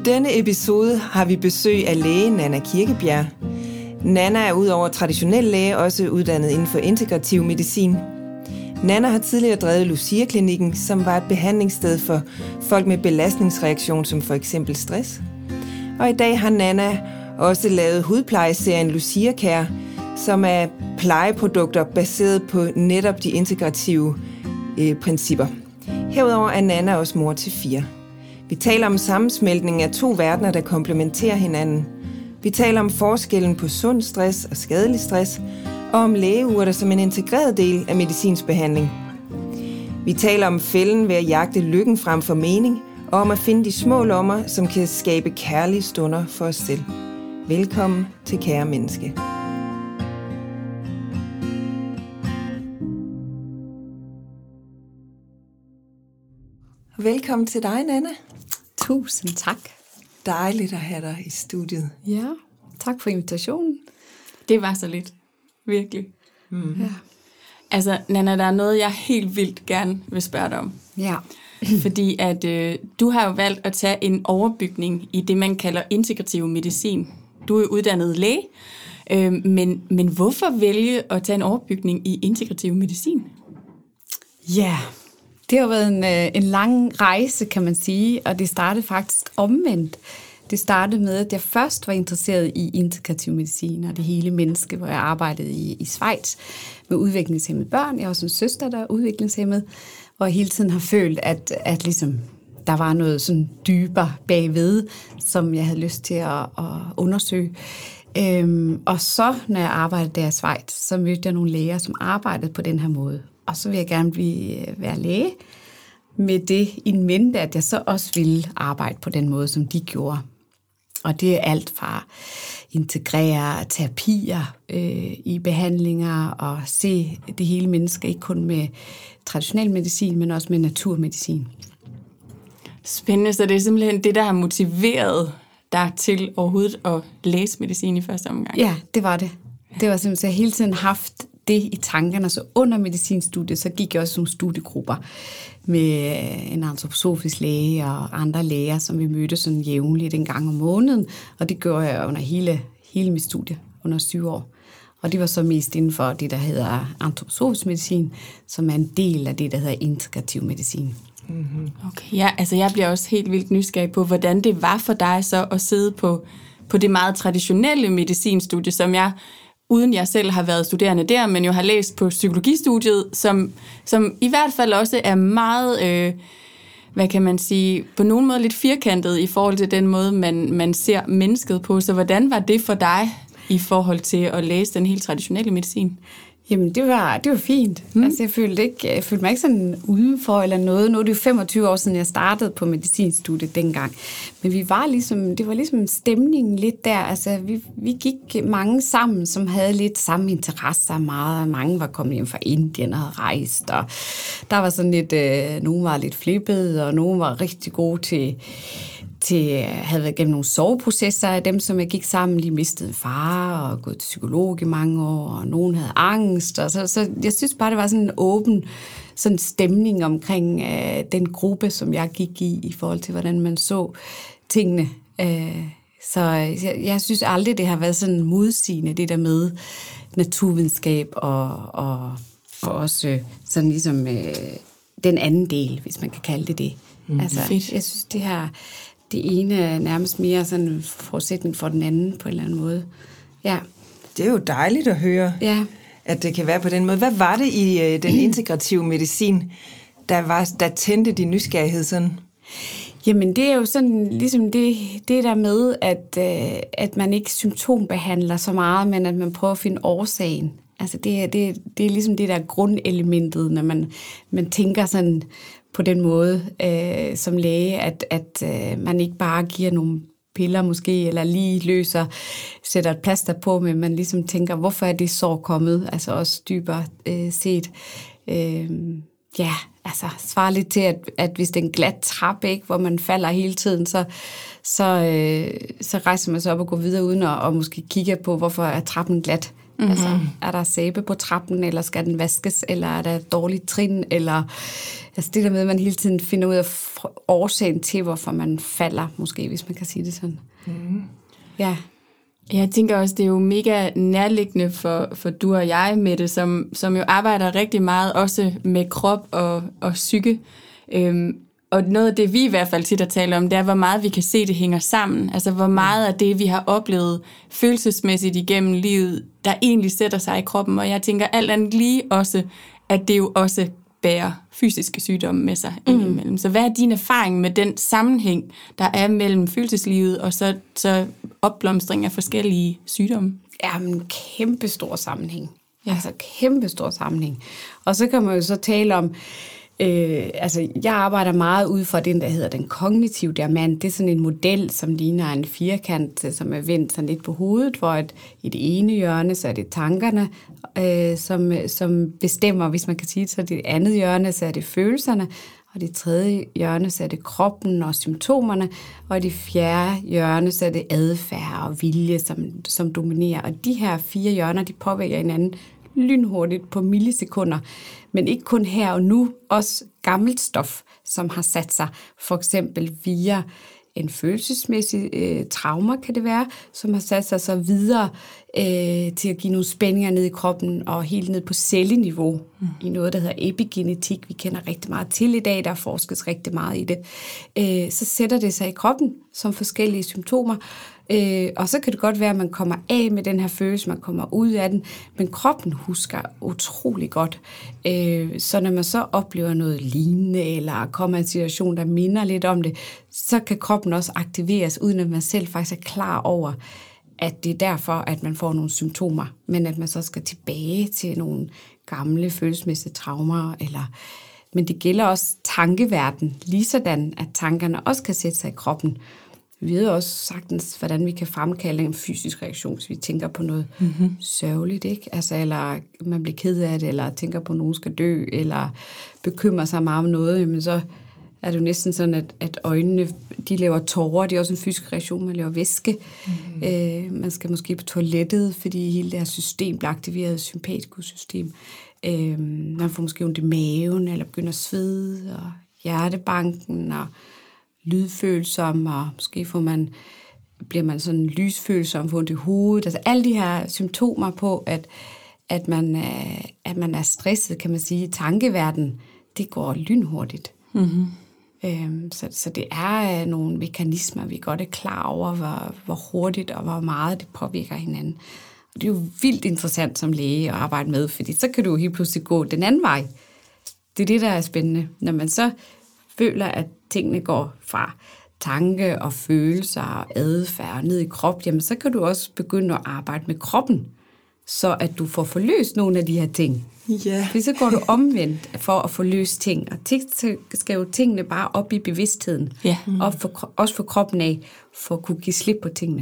denne episode har vi besøg af læge Nanna Kirkebjerg. Nanna er udover traditionel læge også uddannet inden for integrativ medicin. Nanna har tidligere drevet Lucia-klinikken, som var et behandlingssted for folk med belastningsreaktion, som for eksempel stress. Og i dag har Nanna også lavet hudplejeserien Lucia Care, som er plejeprodukter baseret på netop de integrative principper. Herudover er Nanna også mor til 4. Vi taler om sammensmeltning af 2 verdener, der komplementerer hinanden. Vi taler om forskellen på sund stress og skadelig stress, og om lægeurter som en integreret del af medicinsk behandling. Vi taler om fælden ved at jagte lykken frem for mening, og om at finde de små lommer, som kan skabe kærlige stunder for os selv. Velkommen til Kære Menneske. Velkommen til dig, Nanna. Tusind tak. Dejligt at have dig i studiet. Ja, tak for invitationen. Det var så lidt. Virkelig. Mm. Ja. Altså, Nanna, der er noget, jeg helt vildt gerne vil spørge dig om. Ja. Fordi at du har jo valgt at tage en overbygning i det, man kalder integrativ medicin. Du er uddannet læge, men hvorfor vælge at tage en overbygning i integrativ medicin? Ja, det har været en lang rejse, kan man sige, og det startede faktisk omvendt. Det startede med, at jeg først var interesseret i integrativ medicin og det hele menneske, hvor jeg arbejdede i Schweiz med udviklingshæmmede børn. Jeg har også en søster, der er udviklingshæmmet, og jeg hele tiden har følt, at ligesom, der var noget sådan dybere bagved, som jeg havde lyst til at undersøge. Og så, når jeg arbejdede der i Schweiz, så mødte jeg nogle læger, som arbejdede på den her måde. Og så vil jeg gerne være læge med det in mente, at jeg så også ville arbejde på den måde, som de gjorde. Og det er alt fra integrere terapier i behandlinger og se det hele menneske, ikke kun med traditionel medicin, men også med naturmedicin. Spændende, så det er simpelthen det, der har motiveret dig til overhovedet at læse medicin i første omgang? Ja, det var det. Det var simpelthen, så jeg hele tiden haft det i tankerne. Så under medicinstudiet, så gik jeg også nogle studiegrupper med en antroposofisk læge og andre læger, som vi mødte sådan jævnligt en gang om måneden. Og det gjorde jeg under hele mit studie, under 7 år. Og det var så mest inden for det, der hedder antroposofisk medicin, som er en del af det, der hedder integrativ medicin. Mm-hmm. Okay, ja, altså jeg bliver også helt vildt nysgerrig på, hvordan det var for dig så at sidde på det meget traditionelle medicinstudie, som jeg, uden jeg selv har været studerende der, men jo har læst på psykologistudiet, som i hvert fald også er meget, hvad kan man sige, på nogen måde lidt firkantet i forhold til den måde, man ser mennesket på. Så hvordan var det for dig i forhold til at læse den helt traditionelle medicin? Jamen, det var fint. Altså, jeg følte mig ikke sådan udenfor eller noget. Nu er det jo 25 år siden, jeg startede på medicinstudiet dengang. Men det var ligesom stemningen lidt der. Altså, vi gik mange sammen, som havde lidt samme interesser meget. Mange var kommet hjem fra Indien og havde rejst. Og der var sådan lidt, nogen var lidt flippede, og nogen var rigtig gode til havde været gennem nogle soveprocesser af dem, som jeg gik sammen. De mistede en far og gået til psykolog i mange år, og nogen havde angst. Og så jeg synes bare, det var sådan en åben sådan stemning omkring den gruppe, som jeg gik i forhold til, hvordan man så tingene. Så jeg synes aldrig, det har været sådan modsigende, det der med naturvidenskab og også sådan ligesom den anden del, hvis man kan kalde det. Altså, jeg synes, det ene er nærmest mere sådan en forudsætning for den anden på en eller anden måde. Ja. Det er jo dejligt at høre, at det kan være på den måde. Hvad var det i den integrative medicin, der tændte din nysgerrighed sådan? Jamen, det er jo sådan ligesom det der med, at man ikke symptombehandler så meget, men at man prøver at finde årsagen. Altså, det er ligesom det der grundelementet, når man tænker sådan på den måde som læge, at man ikke bare giver nogle piller måske, eller lige sætter et plaster på, men man ligesom tænker, hvorfor er det så kommet? Altså også dybere set. Svarer lidt til, at hvis det er en glat trappe, ikke, hvor man falder hele tiden, så rejser man sig op og går videre uden at måske kigge på, hvorfor er trappen glat. Mm-hmm. Altså, er der sæbe på trappen, eller skal den vaskes, eller er der dårligt trin, eller altså det der med, at man hele tiden finder ud af årsagen til, hvorfor man falder, måske, hvis man kan sige det sådan. Mm. Ja. Jeg tænker også, det er jo mega nærliggende for du og jeg, Mette, som jo arbejder rigtig meget også med krop og psyke. Og noget af det, vi i hvert fald tit har talt om, det er, hvor meget vi kan se, det hænger sammen. Altså, hvor meget af det, vi har oplevet følelsesmæssigt igennem livet, der egentlig sætter sig i kroppen. Og jeg tænker alt andet lige også, at det jo også bærer fysiske sygdomme med sig indimellem. Så hvad er din erfaring med den sammenhæng, der er mellem følelseslivet og så opblomstring af forskellige sygdomme? Jamen, kæmpestor sammenhæng. Ja. Altså, kæmpestor sammenhæng. Og så kan man jo så tale om, jeg arbejder meget ud fra den, der hedder den kognitive diamant. Det er sådan en model, som ligner en firkant, som er vendt sådan lidt på hovedet, hvor i det ene hjørne, så er det tankerne, som bestemmer, hvis man kan sige det, så det andet hjørne, så er det følelserne, og det tredje hjørne, så er det kroppen og symptomerne, og i det fjerde hjørne, så er det adfærd og vilje, som dominerer. Og de her 4 hjørner, de påvirker hinanden lynhurtigt på millisekunder, men ikke kun her og nu, også gammelt stof, som har sat sig, for eksempel via en følelsesmæssig trauma, kan det være, som har sat sig så videre til at give nogle spændinger ned i kroppen og helt ned på celleniveau i noget, der hedder epigenetik. Vi kender rigtig meget til i dag, der forskes rigtig meget i det. Så sætter det sig i kroppen som forskellige symptomer, og så kan det godt være, at man kommer af med den her følelse, man kommer ud af den, men kroppen husker utrolig godt. Så når man så oplever noget lignende, eller kommer i en situation, der minder lidt om det, så kan kroppen også aktiveres, uden at man selv faktisk er klar over, at det er derfor, at man får nogle symptomer, men at man så skal tilbage til nogle gamle følelsesmæssige traumer. Men det gælder også tankeverden, lige sådan, at tankerne også kan sætte sig i kroppen. Vi ved også sagtens, hvordan vi kan fremkalde en fysisk reaktion, hvis vi tænker på noget sørgeligt, ikke? Altså, eller man bliver ked af det, eller tænker på, at nogen skal dø, eller bekymrer sig meget om noget, men så er det jo næsten sådan, at øjnene, de laver tårer, det er også en fysisk reaktion, man laver væske. Man skal måske på toilettet, fordi hele det her system bliver aktiveret, sympatikussystem. Man får måske ondt i maven, eller begynder at svede, og hjertebanken, og lydfølsom, og måske bliver man sådan lysfølsom, får ondt i hovedet. Altså alle de her symptomer på, at man er stresset, kan man sige, tankeverden, det går lynhurtigt. Mm-hmm. Så det er nogle mekanismer, vi godt er klar over, hvor hurtigt og hvor meget det påvirker hinanden. Og det er jo vildt interessant som læge at arbejde med, fordi så kan du jo helt pludselig gå den anden vej. Det er det, der er spændende. Når man så føler, at tingene går fra tanke og følelser og adfærd ned i kroppen, jamen så kan du også begynde at arbejde med kroppen, så at du får forløst nogle af de her ting. Yeah. Fordi så går du omvendt for at få løst ting, og skal jo tingene bare op i bevidstheden, også for kroppen af, for at kunne give slip på tingene.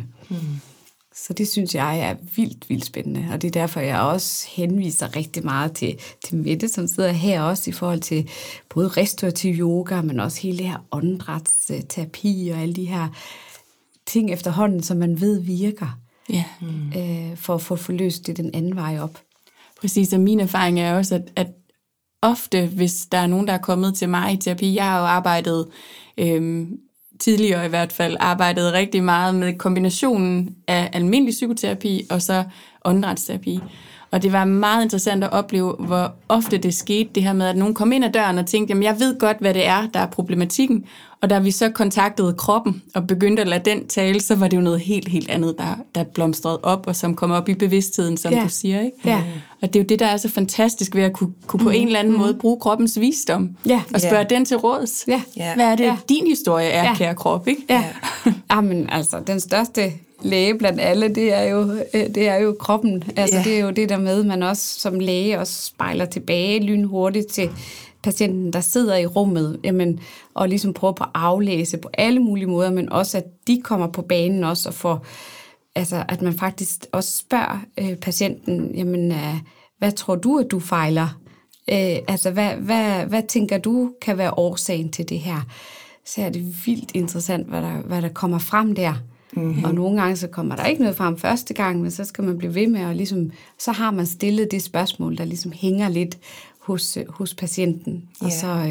Så det synes jeg er vildt, vildt spændende, og det er derfor, jeg også henviser rigtig meget til Mette, som sidder her også i forhold til både restaurativ yoga, men også hele det her åndedrætsterapi og alle de her ting efterhånden, som man ved virker, for at få forløst det den anden vej op. Præcis, og min erfaring er også, at ofte, hvis der er nogen, der er kommet til mig i terapi, jeg har jo arbejdet tidligere i hvert fald, arbejdet rigtig meget med kombinationen af almindelig psykoterapi og så åndedrætsterapi. Og det var meget interessant at opleve, hvor ofte det skete, det her med, at nogen kom ind ad døren og tænkte, jamen jeg ved godt, hvad det er, der er problematikken. Og da vi så kontaktede kroppen og begyndte at lade den tale, så var det jo noget helt, helt andet, der blomstrede op, og som kom op i bevidstheden, som du siger, ikke? Ja. Og det er jo det, der er så fantastisk ved at kunne på en eller anden måde bruge kroppens visdom, og spørge den til råds. Ja. Hvad er det, din historie er, kære krop, ikke? Ja. Jamen, altså, den største læge blandt alle, det er jo kroppen. Altså, det er jo det der med, man også som læge også spejler tilbage lynhurtigt til patienten, der sidder i rummet, jamen, og ligesom prøver på at aflæse på alle mulige måder, men også, at de kommer på banen også, og får, altså, at man faktisk også spørger patienten, jamen, hvad tror du, at du fejler? Altså, hvad tænker du kan være årsagen til det her? Så er det vildt interessant, hvad der kommer frem der. Og nogle gange så kommer der ikke noget frem første gang, men så skal man blive ved med, og ligesom, så har man stillet det spørgsmål, der ligesom hænger lidt hos patienten. Og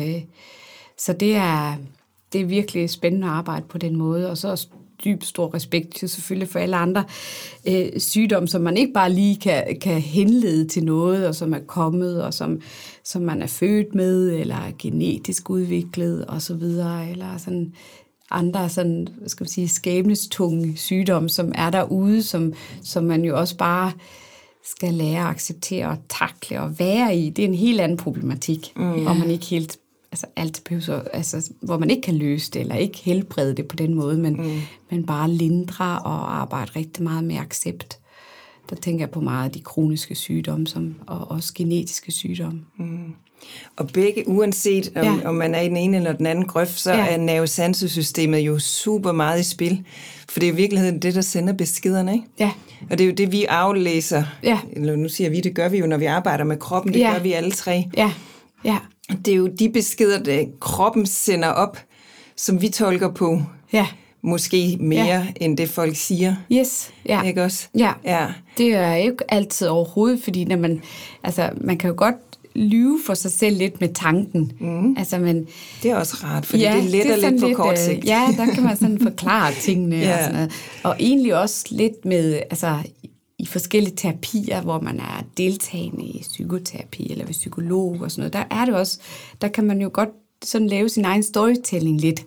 så det er virkelig spændende at arbejde på den måde, og så også dybt stor respekt til selvfølgelig for alle andre sygdomme, som man ikke bare lige kan henlede til noget, og som er kommet, og som man er født med, eller er genetisk udviklet, og så videre, eller sådan andre sådan, skal vi sige, skæbnestunge sygdomme, som er derude, som man jo også bare skal lære at acceptere og takle og være i. Det er en helt anden problematik, hvor man ikke helt, altså alt behøver, altså hvor man ikke kan løse det, eller ikke helbrede det på den måde, men bare lindre og arbejde rigtig meget med accept. Der tænker jeg på meget af de kroniske sygdomme, og også genetiske sygdomme. Og begge, uanset om man er i den ene eller den anden grøft, så er nervesansesystemet jo super meget i spil. For det er jo i virkeligheden det, der sender beskederne, ikke? Ja. Og det er jo det, vi aflæser. Ja. Eller nu siger vi, det gør vi jo, når vi arbejder med kroppen. Det gør vi alle tre. Ja. Ja. Det er jo de beskeder, der kroppen sender op, som vi tolker på. Ja. Måske mere end det, folk siger. Yes. Ja. Ikke også? Ja. Det er jo ikke altid overhovedet, fordi når man kan jo godt lyve for sig selv lidt med tanken. Altså, men, det er også rart, fordi det letter lidt på kort sigt. Ja, der kan man sådan forklare tingene. Og sådan noget. Og egentlig også lidt med, altså i forskellige terapier, hvor man er deltagende i psykoterapi eller ved psykolog og sådan noget, der er det også, der kan man jo godt sådan lave sin egen storytelling lidt,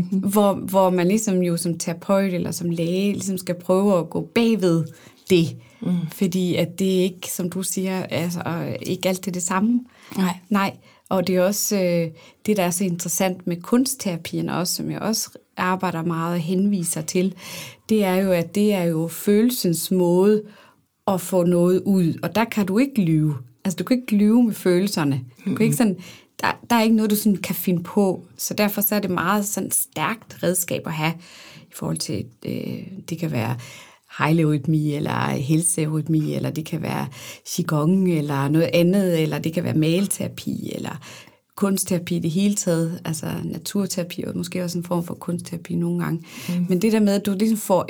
hvor man ligesom jo som terapeut eller som læge ligesom skal prøve at gå bagved det. Fordi at det er ikke, som du siger, altså ikke altid det samme. Nej. Og det er også det, der er så interessant med kunstterapierne også, som jeg også arbejder meget og henviser til, det er jo, at det er jo følelsens måde at få noget ud. Og der kan du ikke lyve. Altså, du kan ikke lyve med følelserne. Du kan ikke sådan, der er ikke noget, du sådan kan finde på. Så derfor så er det meget sådan stærkt redskab at have i forhold til, det kan være hejlerytmi, eller helserytmi, eller det kan være qigong, eller noget andet, eller det kan være maleterapi, eller kunstterapi i det hele taget, altså naturterapi, og måske også en form for kunstterapi nogle gange. Men det der med, at du ligesom får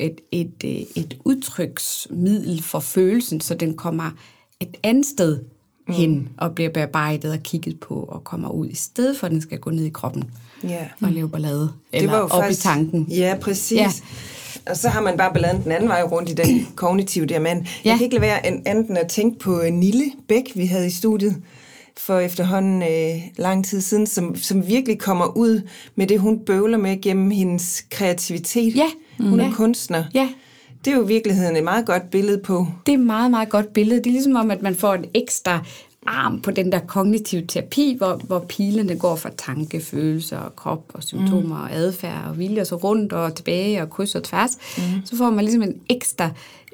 et udtryksmiddel for følelsen, så den kommer et andet sted hen, og bliver bearbejdet og kigget på, og kommer ud, i stedet for, at den skal gå ned i kroppen og lave ballade, eller op faktisk, i tanken. Ja, præcis. Ja. Og så har man bare balladen den anden vej rundt i den kognitive der, men jeg kan ikke lade være anden at tænke på Nille Bæk, vi havde i studiet for efterhånden lang tid siden, som virkelig kommer ud med det, hun bøvler med gennem hendes kreativitet. Ja. Hun er kunstner. Ja. Det er jo i virkeligheden et meget godt billede på. Det er et meget, meget godt billede. Det er ligesom om, at man får en ekstra arm på den der kognitive terapi, hvor pilerne går fra tanke, følelser og krop og symptomer og adfærd og vilje, og så rundt og tilbage og kryds og tværs. Så får man ligesom en ekstra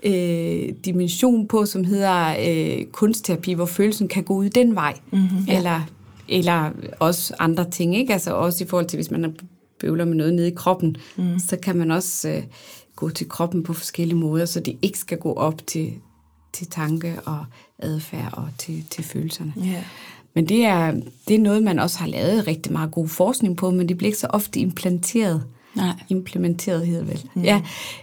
dimension på, som hedder kunstterapi, hvor følelsen kan gå ud den vej. Eller også andre ting, ikke? Altså også i forhold til, hvis man bøvler med noget nede i kroppen, så kan man også gå til kroppen på forskellige måder, så det ikke skal gå op til tanke og adfærd og til følelserne. Yeah. Men det er noget, man også har lavet rigtig meget god forskning på, men det bliver ikke så ofte implementeret. Nej. Implementeret hedder vel. Ja,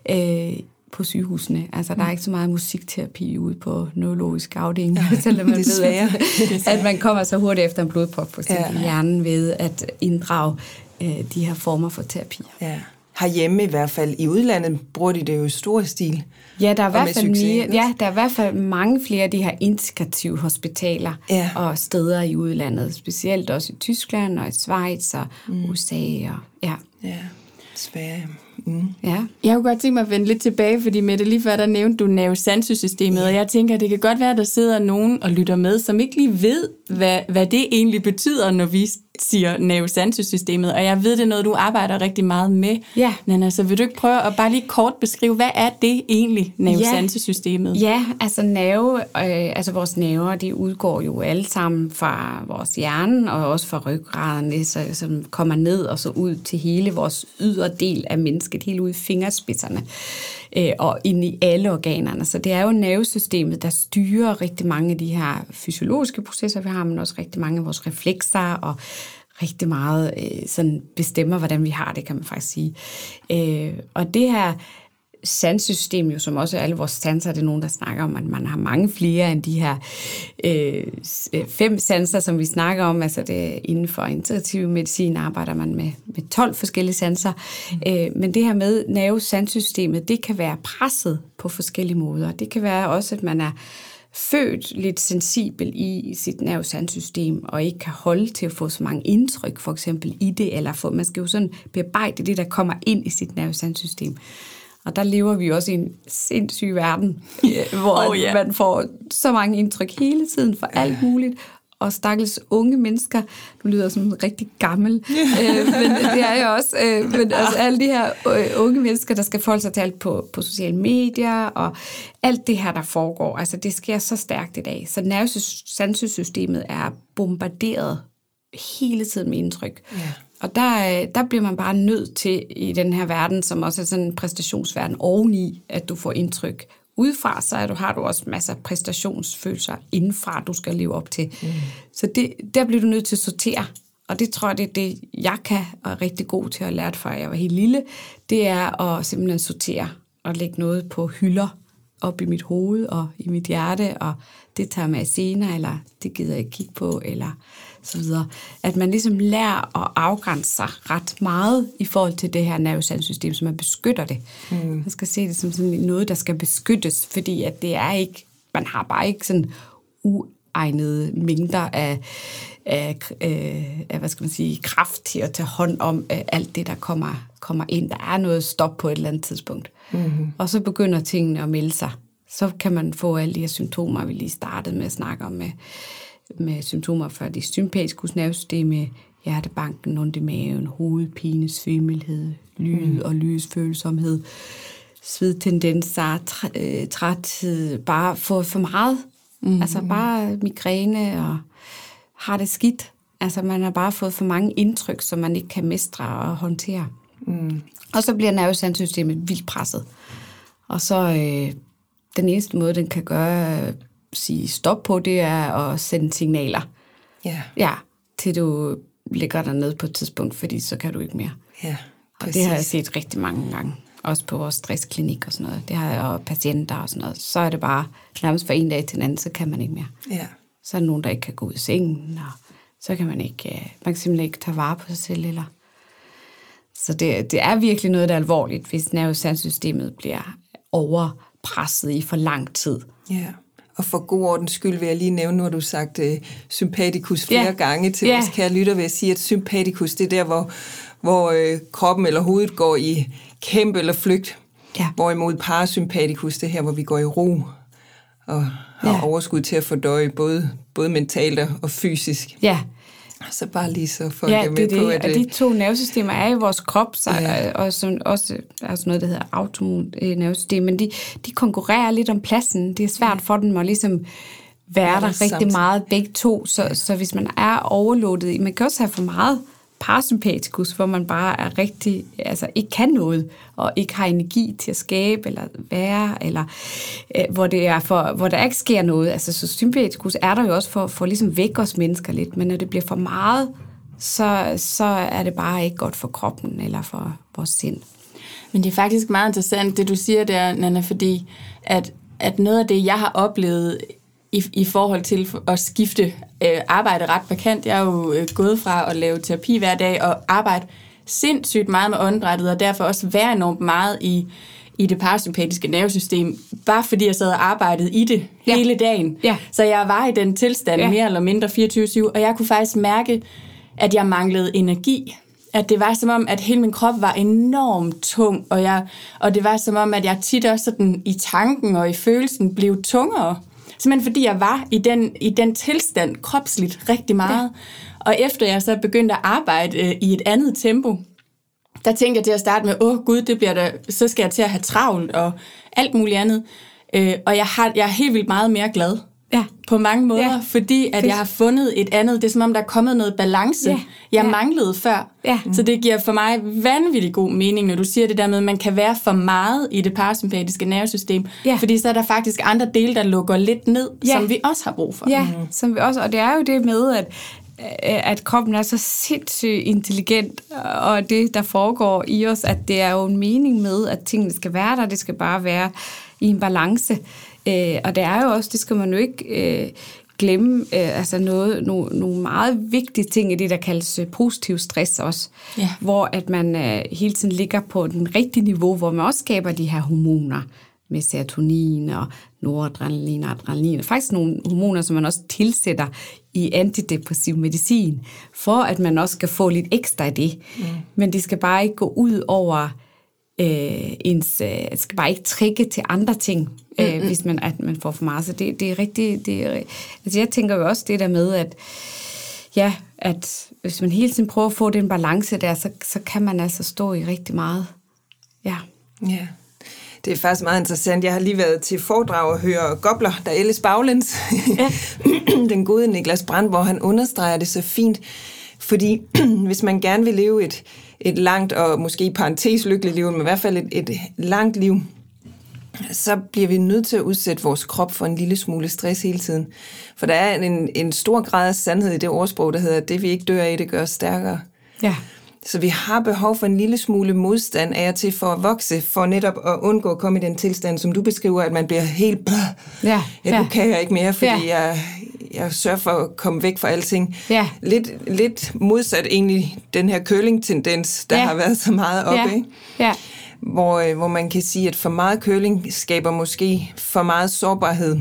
på sygehusene. Altså, der er ikke så meget musikterapi ude på neurologisk afdeling, selvom man ved, at man kommer så hurtigt efter en blodprop, for eksempel i hjernen, ved at inddrage de her former for terapi. Ja. Herhjemme i hvert fald. I udlandet bruger de det jo i stor stil. Ja, der er i hvert fald mange flere af de her integrative hospitaler og steder i udlandet. Specielt også i Tyskland og i Schweiz og USA. Og, Sverige. Ja. Jeg kunne godt tænke mig at vende lidt tilbage, fordi Mette, lige før der nævnte du nervesansesystemet, og jeg tænker, at det kan godt være, at der sidder nogen og lytter med, som ikke lige ved, hvad det egentlig betyder, når vi siger nervesansesystemet, og jeg ved, det er noget, du arbejder rigtig meget med. Ja. Men altså, vil du ikke prøve at bare lige kort beskrive, hvad er det egentlig, nervesansesystemet? Ja, altså vores nerver, de udgår jo alle sammen fra vores hjerne, og også fra ryggraden, som kommer ned og så ud til hele vores yderdel af mennesket, helt ud i fingerspidserne og ind i alle organerne. Så det er jo nervesystemet, der styrer rigtig mange af de her fysiologiske processer, vi har, men også rigtig mange af vores reflekser og rigtig meget sådan bestemmer, hvordan vi har det, kan man faktisk sige. Og det her sandsystem, jo, som også er alle vores sanser, det er nogen, der snakker om, at man har mange flere end de her 5 sanser, som vi snakker om. Altså det, inden for integrativ medicin arbejder man med 12 forskellige sanser. Men det her med nervesandsystemet, det kan være presset på forskellige måder. Det kan være også, at man er født lidt sensibel i sit nervesandssystem, og ikke kan holde til at få så mange indtryk, for eksempel i det, eller man skal jo sådan bearbejde det, der kommer ind i sit nervesandssystem. Og der lever vi også i en sindssyg verden, hvor man får så mange indtryk hele tiden for alt muligt, og stakkels unge mennesker, nu lyder jeg som en rigtig gammel, men det er jo også, men altså alle de her unge mennesker, der skal forholde sig til alt på sociale medier, og alt det her, der foregår, altså det sker så stærkt i dag. Så nervesandsystemet er bombarderet hele tiden med indtryk. Ja. Og der bliver man bare nødt til i den her verden, som også er sådan en præstationsverden oveni, at du får indtryk udefra, så har du også masser af præstationsfølelser indenfra, du skal leve op til. Så der bliver du nødt til at sortere. Og det tror jeg, det er det, jeg kan og er rigtig god til at lære fra, jeg var helt lille. Det er at simpelthen sortere og lægge noget på hylder op i mit hoved og i mit hjerte, og det tager mig senere, eller det gider jeg ikke kigge på, eller så videre. At man ligesom lærer at afgrænse sig ret meget i forhold til det her nervesandssystem, så man beskytter det. Man skal se det som sådan noget, der skal beskyttes, fordi at det er ikke, man har bare ikke sådan uegnede mængder af hvad skal man sige, kraft til at tage hånd om alt det, der kommer ind. Der er noget stop på et eller andet tidspunkt. Og så begynder tingene at melde sig. Så kan man få alle de her symptomer, vi lige startede med at snakke om, med symptomer for det sympatiske nervesystem, hjertebanken, ondt i maven, hovedpine, svimmelhed, lyd og lysfølsomhed, svedtendenser, træthed, bare få for meget. Altså bare migræne og har det skidt. Altså man har bare fået for mange indtryk, som man ikke kan mestre og håndtere. Og så bliver nervesandsystemet vildt presset. Og så den eneste måde, den kan sige stop på, det er at sende signaler. Ja, til du ligger der ned på et tidspunkt, fordi så kan du ikke mere. Ja, og det har jeg set rigtig mange gange. Også på vores stressklinik og sådan noget. Det har jeg, og patienter og sådan noget. Så er det bare nærmest fra en dag til den anden, så kan man ikke mere. Ja. Så er der nogen, der ikke kan gå ud i sengen, og så kan man kan simpelthen ikke tage vare på sig selv. Eller. Så det er virkelig noget, der er alvorligt, hvis nervesandsystemet bliver overpresset i for lang tid. Ja. Og for god ordens skyld vil jeg lige nævne, nu har du sagt sympatikus flere gange til vores kære lytter, vil jeg sige, at sympatikus, det er der, hvor kroppen eller hovedet går i kæmpe eller flygt. Ja. Hvorimod parasympatikus, det her, hvor vi går i ro og har overskud til at fordøje både mentalt og fysisk. Ja. Så bare lige så folk er med på, at... Og de 2 nervesystemer er i vores krop, og som også er noget, der hedder autoimmun nervesystem, men de konkurrerer lidt om pladsen. Det er svært for dem at ligesom være der rigtig meget begge 2, så hvis man er overloadet, man kan også have for meget parasympatikus, hvor man bare er rigtig, altså ikke kan noget, og ikke har energi til at skabe, eller være, eller hvor der ikke sker noget. Altså så sympatikus er der jo også for ligesom vække os mennesker lidt, men når det bliver for meget, så er det bare ikke godt for kroppen, eller for vores sind. Men det er faktisk meget interessant, det du siger der, Nanna, fordi at noget af det, jeg har oplevet i forhold til at skifte arbejde ret markant. Jeg er jo gået fra at lave terapi hver dag og arbejde sindssygt meget med åndedrættet, og derfor også være enormt meget i det parasympatiske nervesystem, bare fordi jeg sad og arbejdede i det hele dagen. Ja. Så jeg var i den tilstand mere eller mindre 24/7, og jeg kunne faktisk mærke, at jeg manglede energi. At det var som om, at hele min krop var enormt tung, og det var som om, at jeg tit også sådan i tanken og i følelsen blev tungere. Simpelthen fordi jeg var i den tilstand kropsligt rigtig meget. Ja. Og efter jeg så begyndte at arbejde i et andet tempo, der tænkte jeg til at starte med, gud, det bliver så skal jeg til at have travlt og alt muligt andet. Og jeg er helt vildt meget mere glad på mange måder, fordi at jeg har fundet et andet, det er som om der er kommet noget balance, jeg manglede før. Ja. Så det giver for mig vanvittig god mening, når du siger det der med, at man kan være for meget i det parasympatiske nervesystem, fordi så er der faktisk andre dele, der lukker lidt ned, som vi også har brug for. Ja, som vi også, og det er jo det med, at kroppen er så sindssygt intelligent, og det, der foregår i os, at det er jo en mening med, at tingene skal være der, det skal bare være i en balance. Og det er jo også, det skal man jo ikke glemme, altså nogle meget vigtige ting i det, der kaldes positiv stress også, hvor at man hele tiden ligger på den rigtige niveau, hvor man også skaber de her hormoner, med serotonin og noradrenalin og adrenalin. Faktisk nogle hormoner, som man også tilsætter i antidepressiv medicin, for at man også skal få lidt ekstra af det. Men det skal bare ikke gå ud over det skal bare ikke trigge til andre ting, hvis at man får for meget. Så det er rigtigt. Altså jeg tænker jo også det der med, at hvis man hele tiden prøver at få den balance der, så kan man altså stå i rigtig meget. Ja. Det er faktisk meget interessant. Jeg har lige været til foredrag og høre Gobler, der ældes baglæns. Den gode Niklas Brandt, hvor han understreger det så fint. Fordi hvis man gerne vil leve et langt og måske i parentes lykkeligt liv, men i hvert fald et langt liv, så bliver vi nødt til at udsætte vores krop for en lille smule stress hele tiden. For der er en stor grad af sandhed i det ordsprog, der hedder, det vi ikke dør af, det gør os stærkere. Ja. Så vi har behov for en lille smule modstand af og til for at vokse, for netop at undgå at komme i den tilstand, som du beskriver, at man bliver helt nu kan jeg ikke mere, fordi jeg sørger for at komme væk fra alting. Ja. Lidt modsat egentlig den her curling-tendens, der har været så meget oppe, ikke? Ja. Hvor man kan sige, at for meget curling skaber måske for meget sårbarhed.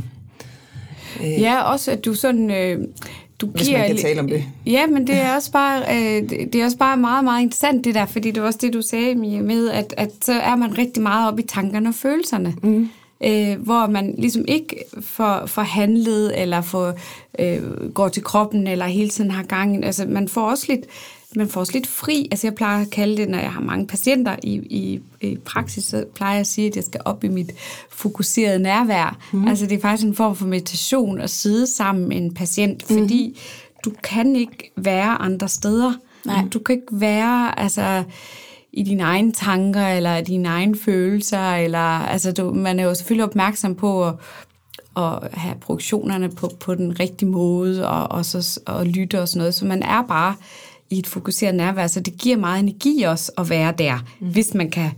Ja, også at du sådan... Hvis man kan tale om det. Ja, men det er også bare meget, meget interessant det der, fordi det var også det, du sagde, Mia, med, at så er man rigtig meget oppe i tankerne og følelserne, hvor man ligesom ikke får handlet, eller går til kroppen, eller hele tiden har gang. Altså, man får også lidt fri. Altså, jeg plejer at kalde det, når jeg har mange patienter i praksis, så plejer jeg at sige, at jeg skal op i mit fokuserede nærvær. Altså, det er faktisk en form for meditation at sidde sammen med en patient, fordi du kan ikke være andre steder. Nej. Du kan ikke være, i dine egne tanker, eller dine egne følelser, eller, man er jo selvfølgelig opmærksom på at have produktionerne på den rigtige måde, og lytte og sådan noget, så man er bare i et fokuseret nærvær, så det giver meget energi også at være der, hvis man kan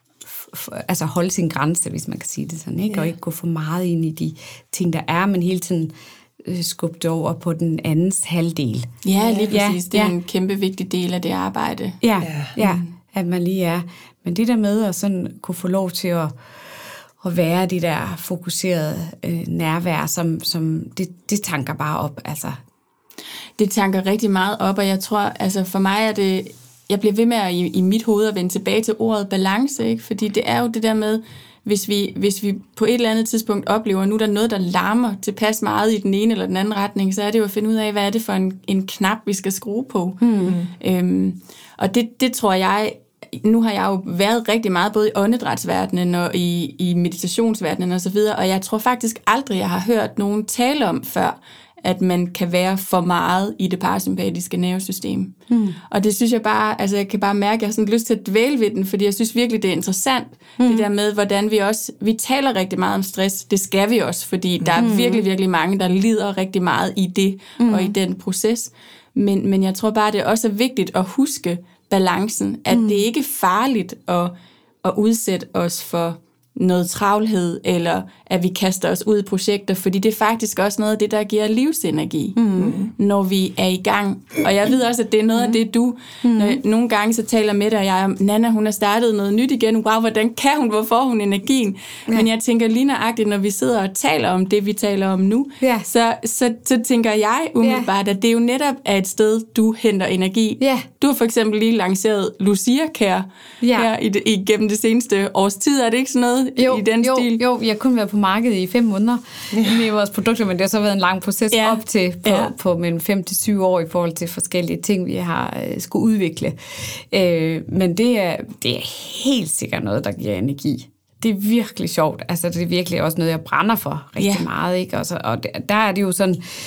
holde sin grænse, hvis man kan sige det sådan, ikke? Og ikke gå for meget ind i de ting, der er, men hele tiden skubbe det over på den andens halvdel. Ja, lige præcis. Det er en kæmpe vigtig del af det arbejde. Ja, at man lige er. Men det der med at sådan kunne få lov til at være det der fokuserede nærvær, som det tanker bare op, altså. Det tanker rigtig meget op, og jeg tror, for mig er det, jeg bliver ved med at i mit hoved at vende tilbage til ordet balance, ikke? Fordi det er jo det der med, hvis vi på et eller andet tidspunkt oplever, nu der er noget, der larmer tilpas meget i den ene eller den anden retning, så er det jo at finde ud af, hvad er det for en knap, vi skal skrue på. Og det tror jeg, nu har jeg jo været rigtig meget både i åndedrætsverdenen og i meditationsverdenen og så videre, og jeg tror faktisk aldrig, jeg har hørt nogen tale om før, at man kan være for meget i det parasympatiske nervesystem. Og det synes jeg bare, jeg kan bare mærke, at jeg har sådan lyst til at dvæle ved den, fordi jeg synes virkelig, det er interessant, det der med, hvordan vi taler rigtig meget om stress. Det skal vi også, fordi der er virkelig, virkelig mange, der lider rigtig meget i det, og i den proces. Men jeg tror bare, det også er vigtigt at huske balancen, at det ikke er farligt at udsætte os for noget travlhed, eller at vi kaster os ud i projekter, fordi det er faktisk også noget af det, der giver livsenergi, når vi er i gang. Og jeg ved også, at det er noget af det, du nogle gange så taler med dig, og jeg, Nanna, hun har startet noget nyt igen, wow, hvordan kan hun, hvor får hun energien? Ja. Men jeg tænker lige nøjagtigt, når vi sidder og taler om det, vi taler om nu, så tænker jeg umiddelbart, at det jo netop er et sted, du henter energi. Ja. Du har for eksempel lige lanceret Lucia Care her igennem det seneste års tid, er det ikke sådan noget? I den stil? Jo, jeg har kun været på markedet i 5 måneder med vores produkter, men det har så været en lang proces op til på mellem 5 til 7 år i forhold til forskellige ting, vi har skulle udvikle. Men det er helt sikkert noget, der giver energi. Det er virkelig sjovt. Altså, det er virkelig også noget, jeg brænder for rigtig meget. Ikke? Og der er det jo sådan,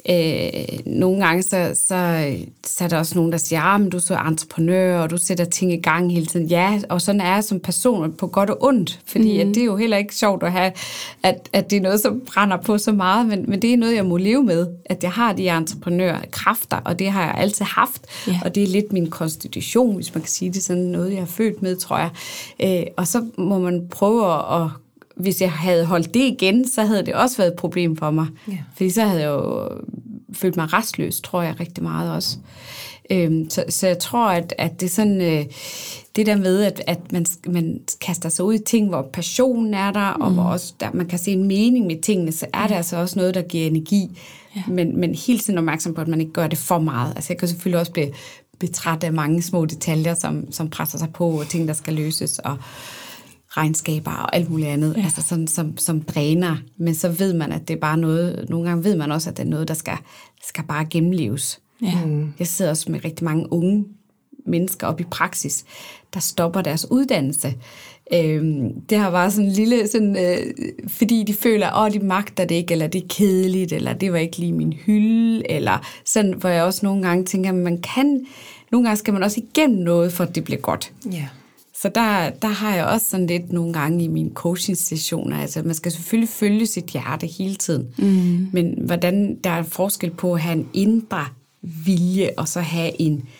Nogle gange, så er der også nogen, der siger, men du er så entreprenør, og du sætter ting i gang hele tiden. Ja, og sådan er jeg som person på godt og ondt, fordi at det er jo heller ikke sjovt at have, at det er noget, som brænder på så meget, men det er noget, jeg må leve med, at jeg har de entreprenørkræfter, og det har jeg altid haft, og det er lidt min konstitution, hvis man kan sige det, sådan noget, jeg er født med, tror jeg. Og så må man prøve at hvis jeg havde holdt det igen, så havde det også været et problem for mig. Yeah. Fordi så havde jeg jo følt mig restløs, tror jeg rigtig meget også. Så jeg tror, at det er sådan, det der med, at man kaster sig ud i ting, hvor passionen er der, og hvor også der, man kan se en mening med tingene, så er det altså også noget, der giver energi. Yeah. Men hele tiden opmærksom på, at man ikke gør det for meget. Altså jeg kan selvfølgelig også blive betræt af mange små detaljer, som presser sig på, og ting, der skal løses, og regnskaber og alt muligt andet, altså sådan, som dræner. Men så ved man, at det er bare noget, nogle gange ved man også, at det er noget, der skal bare gennemleves. Ja. Jeg sidder også med rigtig mange unge mennesker op i praksis, der stopper deres uddannelse. Det har bare sådan en lille, fordi de føler, de magter det ikke, eller det er kedeligt, eller det var ikke lige min hylde, eller sådan, hvor jeg også nogle gange tænker, nogle gange skal man også igennem noget, for at det bliver godt. Ja. Så der har jeg også sådan lidt nogle gange i mine coaching-sessioner, altså man skal selvfølgelig følge sit hjerte hele tiden, men hvordan der er forskel på at have en indre vilje, og så have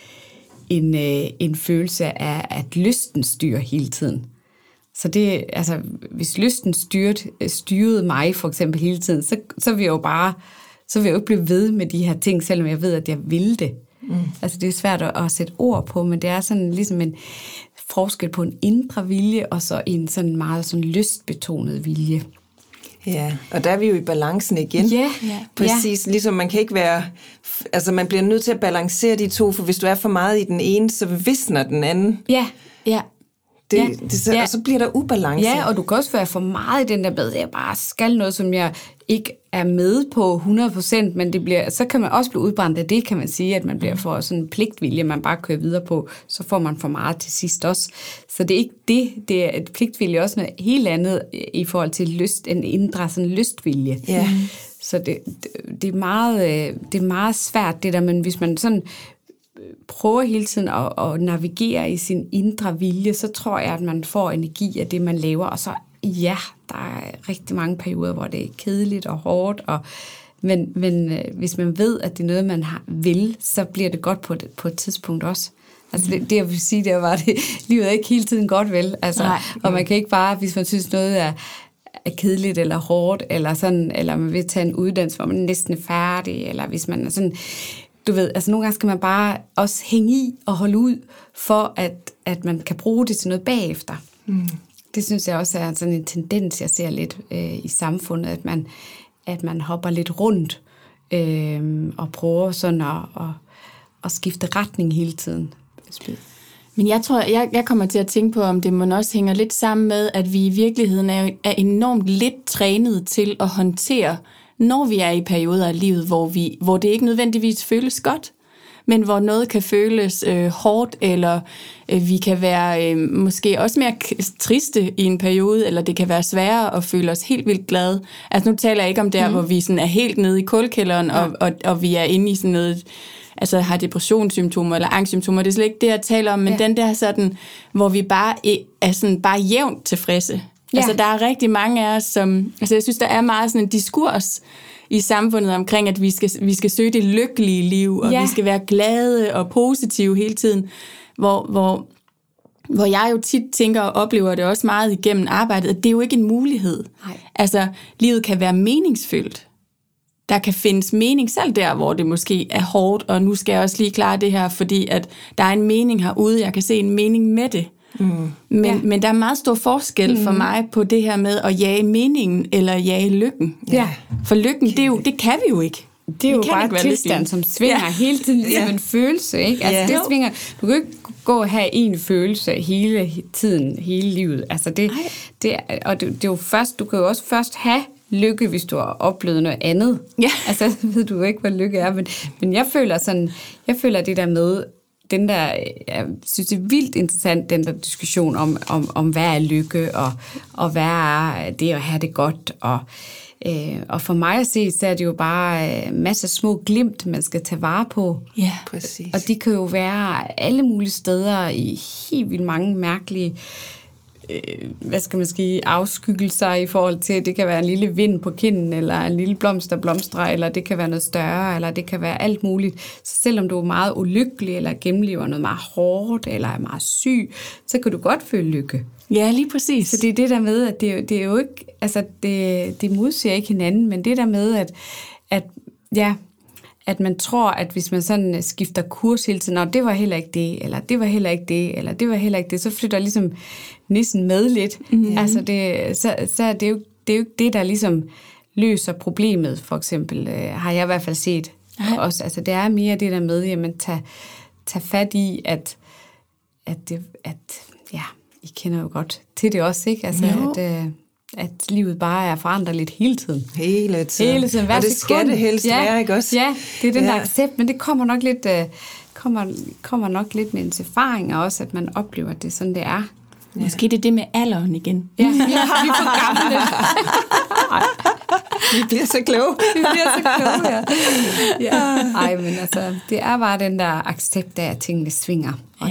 en følelse af, at lysten styrer hele tiden. Så det, altså, hvis lysten styrede mig for eksempel hele tiden, så vil jeg jo ikke blive ved med de her ting, selvom jeg ved, at jeg vil det. Altså det er svært at sætte ord på, men det er sådan ligesom en forskel på en indre vilje, og så en sådan meget sådan lystbetonet vilje. Ja, og der er vi jo i balancen igen. Ja, præcis. Ligesom man kan ikke være, altså man bliver nødt til at balancere de to, for hvis du er for meget i den ene, så visner den anden. Ja. Og så bliver der ubalance. Ja, og du kan også være for meget i den der med, jeg bare skal noget, som jeg ikke er med på 100%, men så kan man også blive udbrændt af det, kan man sige, at man bliver for sådan en pligtvilje, man bare kører videre på, så får man for meget til sidst også. Så det er ikke det er et pligtvilje også noget helt andet i forhold til lyst, en indre sådan lystvilje. Ja. Så det er meget svært det der, men hvis man sådan prøver hele tiden at navigere i sin indre vilje, så tror jeg, at man får energi af det, man laver. Og så, der er rigtig mange perioder, hvor det er kedeligt og hårdt. Men hvis man ved, at det er noget, man vil, så bliver det godt på et tidspunkt også. Altså det jeg vil sige, det var det. Livet er ikke hele tiden godt, vel? Altså, og man kan ikke bare, hvis man synes noget er kedeligt eller hårdt, eller sådan, eller man vil tage en uddannelse, hvor man næsten er færdig, eller hvis man er sådan. Du ved, altså nogle gange skal man bare også hænge i og holde ud, for at man kan bruge det til noget bagefter. Det synes jeg også er sådan en tendens, jeg ser lidt i samfundet, at man hopper lidt rundt og prøver sådan at skifte retning hele tiden. Men jeg tror, jeg kommer til at tænke på, om det må også hænger lidt sammen med, at vi i virkeligheden er enormt lidt trænet til at håndtere, når vi er i perioder af livet, hvor det ikke nødvendigvis føles godt, men hvor noget kan føles hårdt, eller vi kan være måske også mere triste i en periode, eller det kan være sværere at føle os helt vildt glade. Altså nu taler jeg ikke om der, hvor vi sådan er helt nede i kulkælderen, og vi er inde i sådan noget, altså har depressionssymptomer eller angstsymptomer. Det er slet ikke det, jeg taler om, men den der sådan, hvor vi bare er sådan bare jævnt tilfredse. Ja. Altså, der er rigtig mange af os, som. Altså, jeg synes, der er meget sådan en diskurs i samfundet omkring, at vi skal søge det lykkelige liv, og vi skal være glade og positive hele tiden. Hvor jeg jo tit tænker og oplever det også meget igennem arbejdet, at det er jo ikke en mulighed. Nej. Altså, livet kan være meningsfyldt. Der kan findes mening selv der, hvor det måske er hårdt, og nu skal jeg også lige klare det her, fordi at der er en mening herude, jeg kan se en mening med det. Men der er meget stor forskel for mig på det her med at jage meningen eller jage lykken. Ja. For lykken, det kan vi jo ikke. Det er jo bare et tilstand, som svinger hele tiden som en følelse, ikke? Altså det svinger. Du kan jo ikke gå og have en følelse hele tiden, hele livet. Altså det er jo først, du kan jo også først have lykke, hvis du har oplevet noget andet. Ja. Altså ved du ikke, hvad lykke er, men jeg føler det der med den der, jeg synes det er vildt interessant, den der diskussion om hvad er lykke, og hvad er det at have det godt, og Og for mig at se, så er det jo bare masser af små glimt, man skal tage vare på. Ja, præcis. Og de kan jo være alle mulige steder i helt vildt mange mærkelige afskyggelser i forhold til, det kan være en lille vind på kinden, eller en lille blomst, der blomstrer, eller det kan være noget større, eller det kan være alt muligt. Så selvom du er meget ulykkelig, eller gennemlever noget meget hårdt, eller er meget syg, så kan du godt føle lykke. Ja, lige præcis. Så det er det der med, at det er jo ikke, altså det modsiger ikke hinanden, men det der med, at man tror, at hvis man sådan skifter kurs hele tiden, det var heller ikke det, eller det var heller ikke det, eller det var heller ikke det, så flytter ligesom nissen med lidt. Mm-hmm. Altså så er det jo ikke det, der ligesom løser problemet, for eksempel, har jeg i hvert fald set også. Altså det er mere det der med, jamen tage fat i, at I kender jo godt til det også, ikke? Altså at livet bare er foranderligt hele tiden. Hele tiden. Hele tiden. Og det skal det helst være, ikke også? Ja, det er den der accept, men det kommer nok lidt med en erfaring, og også, at man oplever, at det er sådan, det er. Ja. Måske det med alderen igen. Ja, vi er for gamle. Vi bliver så kloge. Ja. Ej, men altså, det er bare den der accept af, at tingene svinger. Og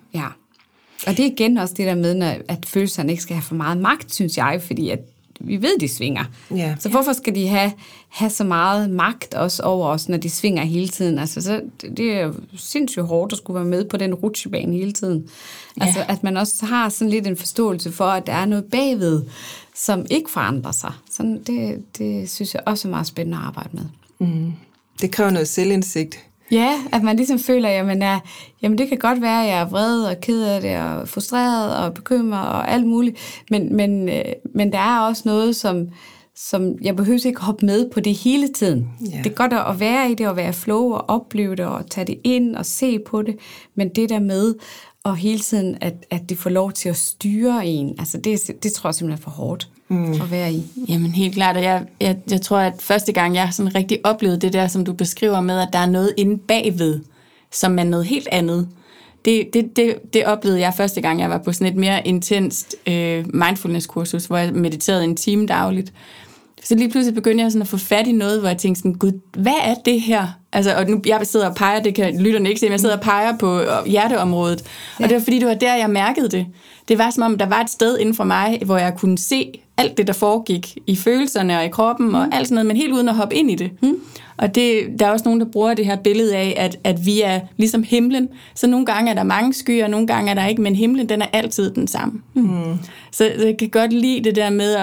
og det er igen også det der med, at følelserne ikke skal have for meget magt, synes jeg, fordi at vi ved, de svinger. Ja. Så hvorfor skal de have så meget magt også over os, når de svinger hele tiden? Altså, så det er jo sindssygt hårdt at skulle være med på den rutsjebane hele tiden. Altså, at man også har sådan lidt en forståelse for, at der er noget bagved, som ikke forandrer sig. Sådan, det synes jeg også er meget spændende at arbejde med. Mm. Det kræver noget selvindsigt. Ja, at man ligesom føler, jamen det kan godt være, at jeg er vred og ked af det, og frustreret og bekymret og alt muligt, men der er også noget, som jeg behøver ikke hoppe med på det hele tiden. Ja. Det er godt at være i det, og være flow og opleve det, og tage det ind og se på det, men det der med, og hele tiden, at det får lov til at styre en, altså det tror jeg simpelthen er for hårdt at være i. Jamen helt klart, og jeg tror, at første gang, jeg sådan rigtig oplevede det der, som du beskriver med, at der er noget inde bagved, som er noget helt andet. Det oplevede jeg første gang, jeg var på sådan et mere intenst mindfulness-kursus, hvor jeg mediterede en time dagligt. Så lige pludselig begyndte jeg sådan at få fat i noget, hvor jeg tænkte sådan, gud, hvad er det her? Altså, og nu, jeg sidder og peger, det kan lytterne ikke se, men jeg sidder og peger på hjerteområdet. Ja. Og det var fordi, det var der, jeg mærkede det. Det var som om, der var et sted inden for mig, hvor jeg kunne se alt det, der foregik i følelserne og i kroppen og alt sådan noget, men helt uden at hoppe ind i det. Og der er også nogen, der bruger det her billede af, at vi er ligesom himlen. Så nogle gange er der mange skyer, og nogle gange er der ikke, men himlen, den er altid den samme. Så jeg kan godt lide det der med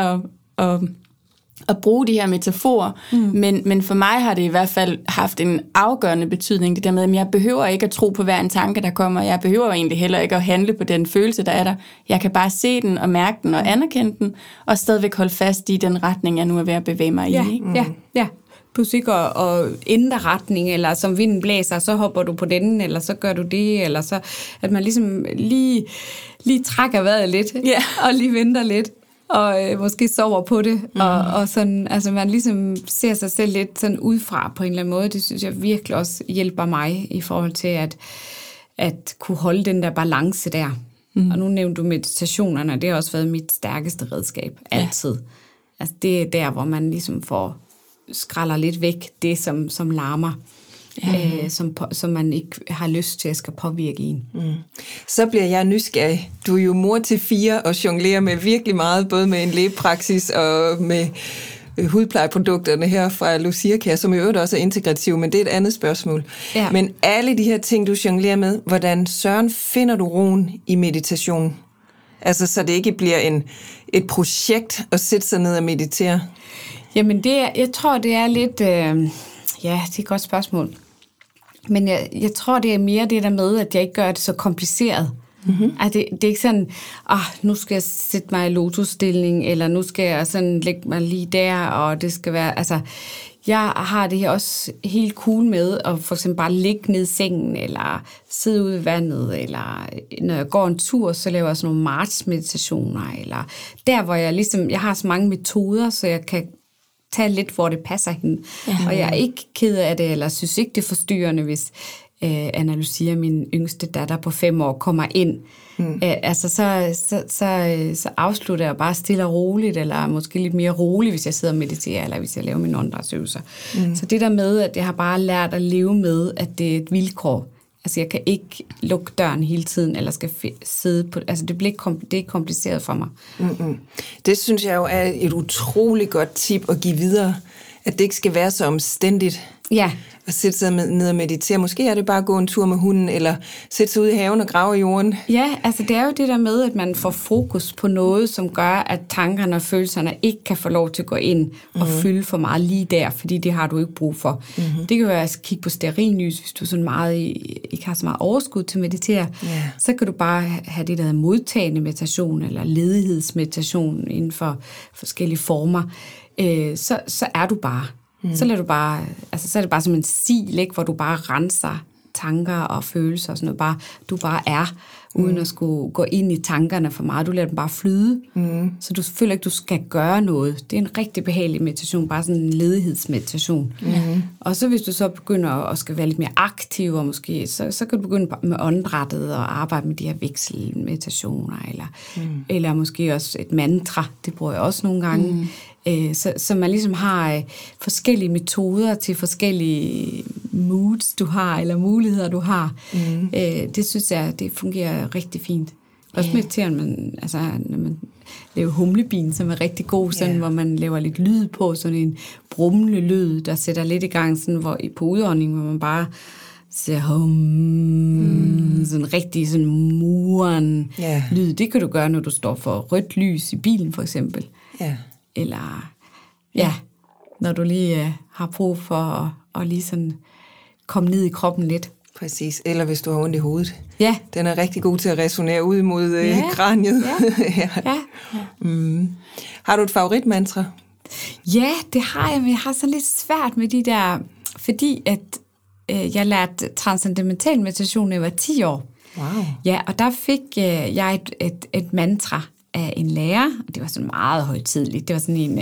at bruge de her metaforer, men for mig har det i hvert fald haft en afgørende betydning, det der med, at jeg behøver ikke at tro på hver en tanke, der kommer, jeg behøver egentlig heller ikke at handle på den følelse, der er der. Jeg kan bare se den og mærke den og anerkende den, og stadigvæk holde fast i den retning, jeg nu er ved at bevæge mig i. Ikke? Ja. Pludselig ikke at ændre retning, eller som vinden blæser, så hopper du på den, eller så gør du det, eller så, at man ligesom lige trækker vejret lidt, og lige venter lidt. Og måske sover på det, og sådan, altså man ligesom ser sig selv lidt sådan udefra på en eller anden måde. Det synes jeg virkelig også hjælper mig i forhold til at kunne holde den der balance der. Og nu nævnte du meditationerne, og det har også været mit stærkeste redskab, altid. Ja. Altså det er der, hvor man ligesom skralder lidt væk det, som larmer. Som man ikke har lyst til at skal påvirke en. Så bliver jeg nysgerrig. Du er jo mor til 4 og jonglerer med virkelig meget, både med en lægepraksis og med hudplejeprodukterne her fra Lucircare, som i øvrigt også er integrativ, men det er et andet spørgsmål. Ja. Men alle de her ting, du jonglerer med, hvordan søren finder du roen i meditationen? Altså, så det ikke bliver et projekt at sætte sig ned og meditere? Jamen, jeg tror, det er lidt... det er et godt spørgsmål. Men jeg tror, det er mere det der med, at jeg ikke gør det så kompliceret. At det er ikke sådan, nu skal jeg sætte mig i lotusstilling, eller nu skal jeg sådan lægge mig lige der, og det skal være... Altså, jeg har det her også helt cool med at for eksempel bare ligge ned i sengen, eller sidde ude i vandet, eller når jeg går en tur, så laver jeg sådan nogle march-meditationer, eller der, hvor jeg har så mange metoder, så jeg kan tage lidt, hvor det passer hende. Ja. Og jeg er ikke ked af det, eller synes ikke, det er forstyrrende, hvis Anna Lucia, min yngste datter på 5 år, kommer ind, så afslutter jeg bare stille og roligt, eller måske lidt mere roligt, hvis jeg sidder og mediterer, eller hvis jeg laver mine åndedrætsøvelser. Så det der med, at jeg har bare lært at leve med, at det er et vilkår. Altså jeg kan ikke lukke døren hele tiden, eller skal sidde på... Altså det er ikke kompliceret for mig. Det synes jeg jo er et utroligt godt tip at give videre, at det ikke skal være så omstændigt. Ja. At sætte sig ned og meditere. Måske er det bare at gå en tur med hunden, eller sætte sig ud i haven og grave i jorden. Ja, altså det er jo det der med, at man får fokus på noget, som gør, at tankerne og følelserne ikke kan få lov til at gå ind og fylde for meget lige der, fordi det har du ikke brug for. Det kan være at kigge på stearinlys, hvis du sådan meget ikke har så meget overskud til at meditere. Så kan du bare have det, der hedder modtagende meditation, eller ledighedsmeditation inden for forskellige former. Så er du bare... Så er det bare som en sil, ikke, hvor du bare renser tanker og følelser og sådan noget. Du bare er, uden at skulle gå ind i tankerne for meget. Du lader dem bare flyde, så du føler ikke, du skal gøre noget. Det er en rigtig behagelig meditation, bare sådan en ledighedsmeditation. Og så hvis du så begynder at skal være lidt mere aktiv, og måske, så kan du begynde med åndedrættet og arbejde med de her vekselmeditationer, eller måske også et mantra, det bruger jeg også nogle gange. Så man ligesom har forskellige metoder til forskellige moods, du har, eller muligheder, du har. Det synes jeg, det fungerer rigtig fint. Også mediterer man, altså når man laver humlebien, som er rigtig god, sådan, hvor man laver lidt lyd på, sådan en brummende lyd, der sætter lidt i gang, sådan, hvor, på udånding, hvor man bare siger sådan rigtig sådan muren lyd. Det kan du gøre, når du står for rødt lys i bilen, for eksempel. Eller når du lige har brug for at lige sådan komme ned i kroppen lidt. Præcis, eller hvis du har ondt i hovedet. Ja. Den er rigtig god til at resonere ud mod kraniet. Har du et favoritmantra? Ja, det har jeg, men jeg har så lidt svært med de der, fordi at jeg lærte transcendental meditation, når jeg var 10 år. Wow. Ja, og der fik jeg et mantra af en lærer, og det var sådan meget højtideligt. Det var sådan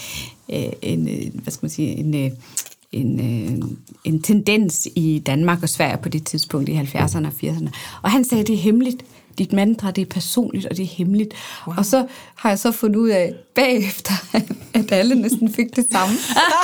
en tendens i Danmark og Sverige på det tidspunkt i 70'erne og 80'erne. Og han sagde, det er hemmeligt. Dit mantra, det er personligt, og det er hemmeligt. Wow. Og så har jeg så fundet ud af bagefter, at alle næsten fik det samme.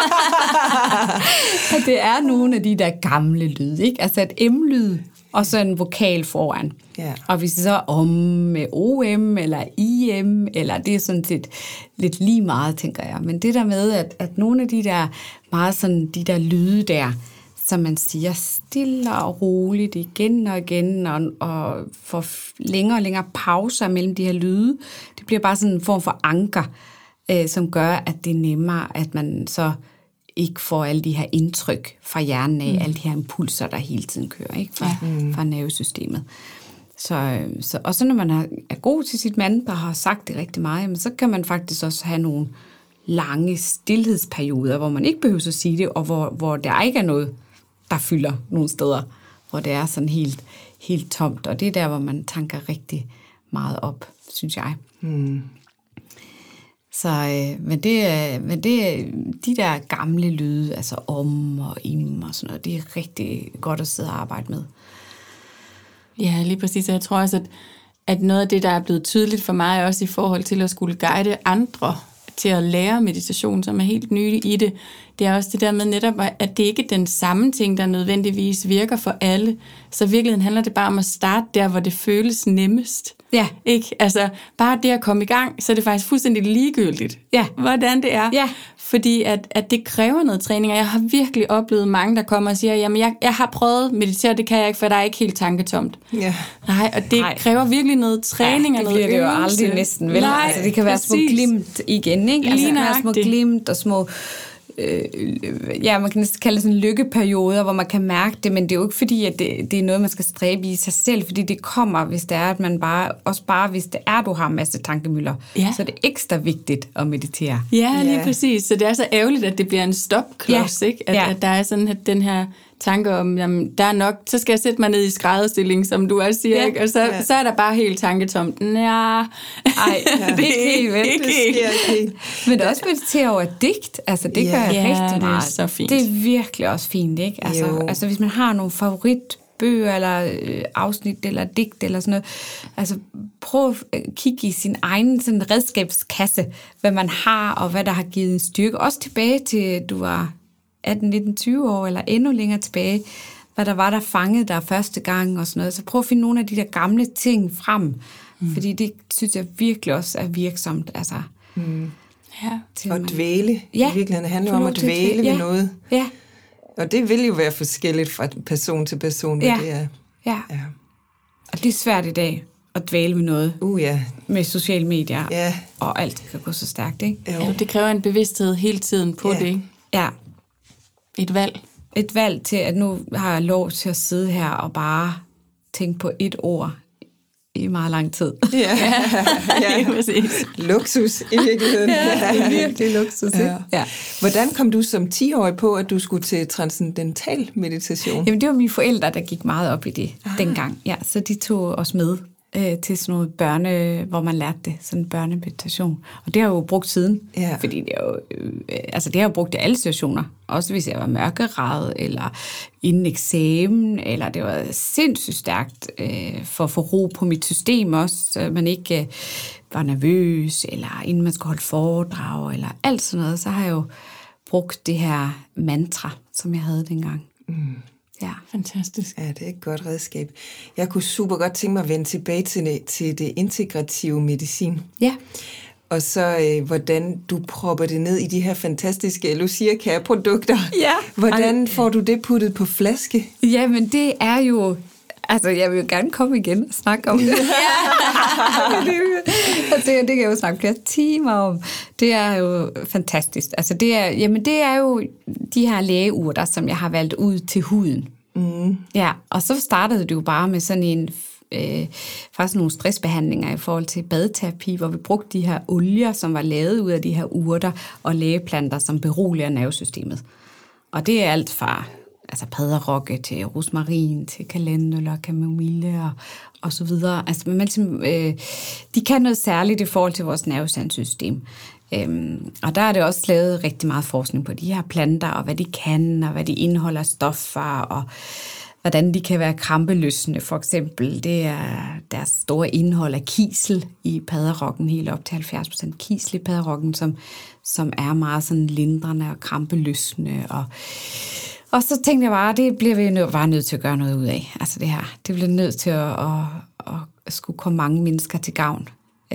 At det er nogle af de der gamle lyde, ikke? Altså et M-lyd, og så en vokal foran. Og hvis det så om med OM eller IM, eller det er sådan lidt lige meget, tænker jeg. Men det der med, at nogle af de der meget sådan, de der lyde der, som man siger stille og roligt igen og igen, og får længere og længere pauser mellem de her lyde, det bliver bare sådan en form for anker, som gør, at det er nemmere, at man så ikke får alle de her indtryk fra hjernen af, alle de her impulser, der hele tiden kører, ikke? Fra nervesystemet. Og så når man er god til sit mantra og har sagt det rigtig meget, så kan man faktisk også have nogle lange stilhedsperioder, hvor man ikke behøver at sige det, og hvor der ikke er noget, der fylder nogle steder, hvor det er sådan helt tomt. Og det er der, hvor man tanker rigtig meget op, synes jeg. Så, men det de der gamle lyde, altså om og im og sådan noget, det er rigtig godt at sidde og arbejde med. Ja, lige præcis. Jeg tror også, at noget af det, der er blevet tydeligt for mig, også i forhold til at skulle guide andre til at lære meditation, som er helt nye i det, det er også det der med netop, at det ikke er den samme ting, der nødvendigvis virker for alle. Så i virkeligheden handler det bare om at starte der, hvor det føles nemmest. Ja. Ikke? Altså, bare det at komme i gang, så er det faktisk fuldstændig ligegyldigt, hvordan det er. Ja. Fordi at det kræver noget træning, og jeg har virkelig oplevet mange, der kommer og siger, jamen jeg har prøvet meditere, det kan jeg ikke, for der er ikke helt tanketomt. Ja. Nej, og det kræver virkelig noget træning og noget øvelse. Det bliver det jo aldrig næsten, vel? Nej, altså, det kan være små glimt igen, ikke? Altså, der er små glimt og små... man kan næsten kalde det sådan lykkeperioder, hvor man kan mærke det, men det er jo ikke fordi, at det er noget, man skal stræbe i sig selv, fordi det kommer, hvis det er, at man bare hvis det er, du har en masse tankemøller, så er det ekstra vigtigt at meditere. Ja, lige præcis. Så det er så ærgerligt, at det bliver en stopklods, ikke? At der er sådan at den her tanke om, jamen, der er nok, så skal jeg sætte mig ned i skrædderstilling, som du også siger, ikke? Og så er der bare helt tanketomt. Nej, det er ikke helt vel. Men det er også meditere over digt. Altså, det gør jeg rigtig meget. Det er så fint. Det er virkelig også fint, ikke? Altså hvis man har nogle favoritbøger, eller afsnit, eller digt, eller sådan noget, altså prøv at kigge i sin egen sådan redskabskasse, hvad man har, og hvad der har givet en styrke. Også tilbage til, du var 18, 19, 20 år, eller endnu længere tilbage, hvad der var, der fangede dig første gang, og sådan noget. Så prøv at finde nogle af de der gamle ting frem, fordi det synes jeg virkelig også er virksomt, altså. Ja. Og dvæle. I virkeligheden handler om at dvæle ved noget. Ja. Og det vil jo være forskelligt fra person til person, hvad det er. Ja. Og det er svært i dag at dvæle med noget. Med sociale medier. Og alt kan gå så stærkt, ikke? Ja, det kræver en bevidsthed hele tiden på det. Ja. Et valg. Et valg til, at nu har jeg lov til at sidde her og bare tænke på et ord i meget lang tid. Ja, præcis. Luksus i virkeligheden. Ja, det er virkelig luksus. Ja. Hvordan kom du som 10-årig på, at du skulle til transcendental meditation? Jamen, det var mine forældre, der gik meget op i det dengang. Ja, så de tog os med til sådan noget hvor man lærte det, sådan en børnemeditation. Og det har jeg jo brugt siden, fordi det er jo, det har jeg brugt i alle situationer. Også hvis jeg var mørkeret, eller inden eksamen, eller det var sindssygt stærkt for at få ro på mit system også, så man ikke var nervøs, eller inden man skulle holde foredrag, eller alt sådan noget, så har jeg jo brugt det her mantra, som jeg havde dengang. Ja. Fantastisk. Ja, det er et godt redskab. Jeg kunne super godt tænke mig at vende tilbage til det integrative medicin. Ja. Og så hvordan du propper det ned i de her fantastiske Lucia-kære-produkter. Ja. Hvordan får du det puttet på flaske? Jamen, det er jo... Altså, jeg vil jo gerne komme igen og snakke om det. Det kan jeg jo snakke flere timer om. Det er jo fantastisk. Altså, det er jo de her lægeurter, som jeg har valgt ud til huden. Ja, og så startede det jo bare med sådan en... faktisk nogle stressbehandlinger i forhold til badeterapi, hvor vi brugte de her olier, som var lavet ud af de her urter og lægeplanter, som beroliger nervesystemet. Og det er alt fra padderokke til rosmarin, til calendula, kamomille og så videre. Altså, man ligesom, de kan noget særligt i forhold til vores nervesandssystem. Og der er det også lavet rigtig meget forskning på de her planter, og hvad de kan, og hvad de indeholder af stoffer, og hvordan de kan være krampeløsende, for eksempel. Det er deres store indhold af kisel i padderokken, helt op til 70% kisel i padderokken, som er meget sådan lindrende og krampeløsende. Og så tænkte jeg bare, det bliver vi bare nødt til at gøre noget ud af. Altså det her, det bliver nødt til at skulle komme mange mennesker til gavn.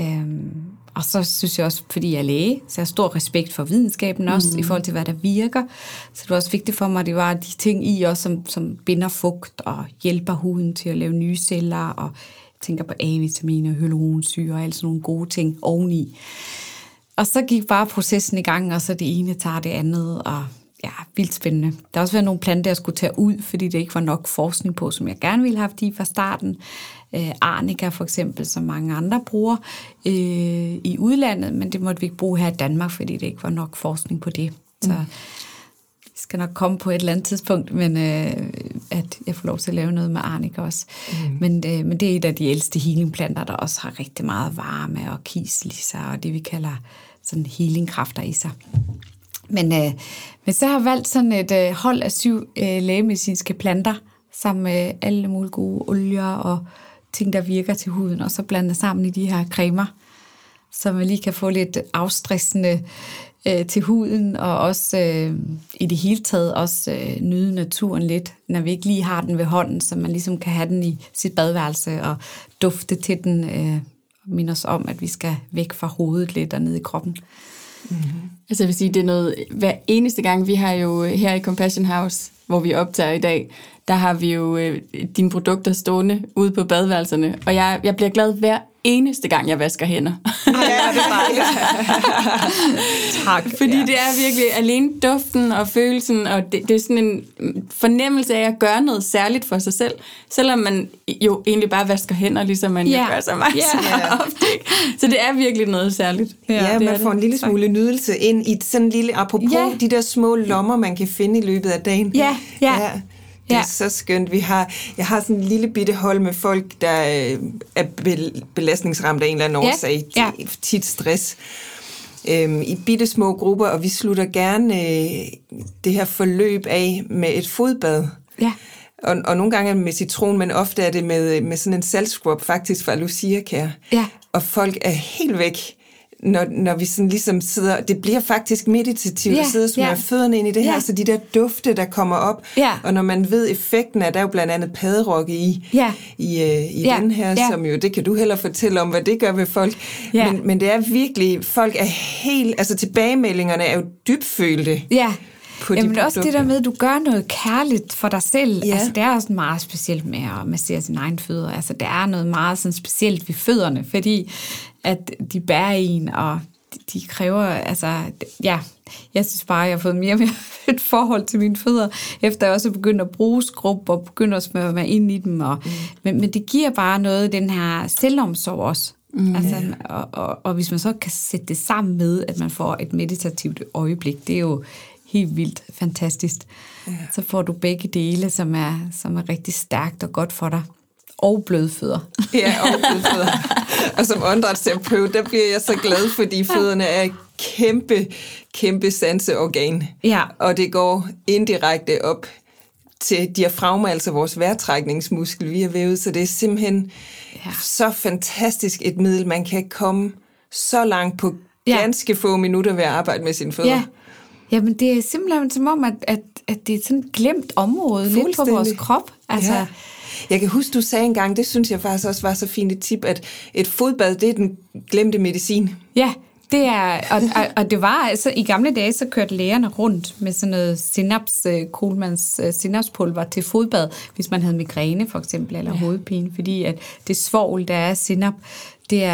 Og så synes jeg også, fordi jeg er læge, så jeg har stor respekt for videnskaben også, i forhold til, hvad der virker. Så det var også vigtigt for mig, at det var de ting i os, som binder fugt og hjælper huden til at lave nye celler, og jeg tænker på A-vitaminer, hyaluronsyre og alle sådan nogle gode ting oveni. Og så gik bare processen i gang, og så det ene tager det andet, og ja, vildt spændende. Der har også været nogle planter, jeg skulle tage ud, fordi det ikke var nok forskning på, som jeg gerne ville have haft i fra starten. Arnika for eksempel, som mange andre bruger i udlandet, men det måtte vi ikke bruge her i Danmark, fordi det ikke var nok forskning på det. Så vi skal nok komme på et eller andet tidspunkt, men at jeg får lov til at lave noget med arnika også. Men det er et af de ældste healingplanter, der også har rigtig meget varme og kisel i sig, og det vi kalder sådan healingkræfter i sig. Men så har jeg valgt sådan et hold af 7 lægemedicinske planter, sammen med alle mulige gode olier og ting, der virker til huden, og så blandet sammen i de her cremer, så man lige kan få lidt afstressende til huden, og også i det hele taget også nyde naturen lidt, når vi ikke lige har den ved hånden, så man ligesom kan have den i sit badeværelse og dufte til den, og minde os om, at vi skal væk fra hovedet lidt og ned i kroppen. Altså jeg vil sige, det er noget, hver eneste gang, vi har jo her i Compassion House, hvor vi optager i dag, der har vi jo dine produkter stående ude på badeværelserne, og jeg bliver glad hver eneste gang, jeg vasker hænder. Ja, det er dejligt. Tak. Fordi det er virkelig alene duften og følelsen, og det er sådan en fornemmelse af at gøre noget særligt for sig selv, selvom man jo egentlig bare vasker hænder, ligesom man gør så meget ofte. Så det er virkelig noget særligt. Ja, man får en lille smule nydelse ind i sådan en lille, apropos de der små lommer, man kan finde i løbet af dagen. Ja. Det er så skønt. Jeg har sådan en lille bitte hold med folk, der er belastningsramt af en eller anden årsag. Tit stress. i bitte små grupper, og vi slutter gerne det her forløb af med et fodbad. Ja. Og nogle gange er det med citron, men ofte er det med sådan en saltscrub, faktisk fra Lucia-kær. Ja. Og folk er helt væk, når vi sådan ligesom sidder, det bliver faktisk meditativt at sidde og smøre fødderne ind i det her, så de der dufte, der kommer op, og når man ved effekten af, der er jo blandt andet padderokke i den her, som jo, det kan du heller fortælle om, hvad det gør ved folk, men det er virkelig, folk er helt, altså tilbagemeldingerne er jo dybfølte. Ja. Jamen også det der med, at du gør noget kærligt for dig selv. Ja. Altså, det er også meget specielt med at massere sine egne fødder. Altså, der er noget meget sådan specielt ved fødderne, fordi at de bærer en, og de kræver, altså, ja, jeg synes bare, at jeg har fået mere og mere et forhold til mine fødder, efter jeg også er begyndt at bruge skrub og begyndt at smøre mig ind i dem. Og, men det giver bare noget, den her selvomsorg også. Altså, og hvis man så kan sætte det sammen med, at man får et meditativt øjeblik, det er jo helt vildt fantastisk. Ja. Så får du begge dele, som er rigtig stærkt og godt for dig. Og blødfødder. Ja, og blødfødder. Og som åndedrætsterapeut, der bliver jeg så glad, fordi fødderne er et kæmpe sanseorgan. Ja. Og det går indirekte op til diafragma, altså vores vejrtrækningsmuskel via vævet, så det er simpelthen så fantastisk et middel. Man kan komme så langt på ganske få minutter ved at arbejde med sine fødder. Ja. Jamen, det er simpelthen som om, at det er sådan et glemt område lidt på vores krop. Altså. Ja. Jeg kan huske, du sagde engang, det synes jeg faktisk også var så fint et tip, at et fodbad, det er den glemte medicin. Ja, det er, og det var altså, i gamle dage, så kørte lægerne rundt med sådan noget Kohlmanns sinapspulver til fodbad, hvis man havde migræne for eksempel, eller hovedpine, fordi at det svovl, der er sinap, det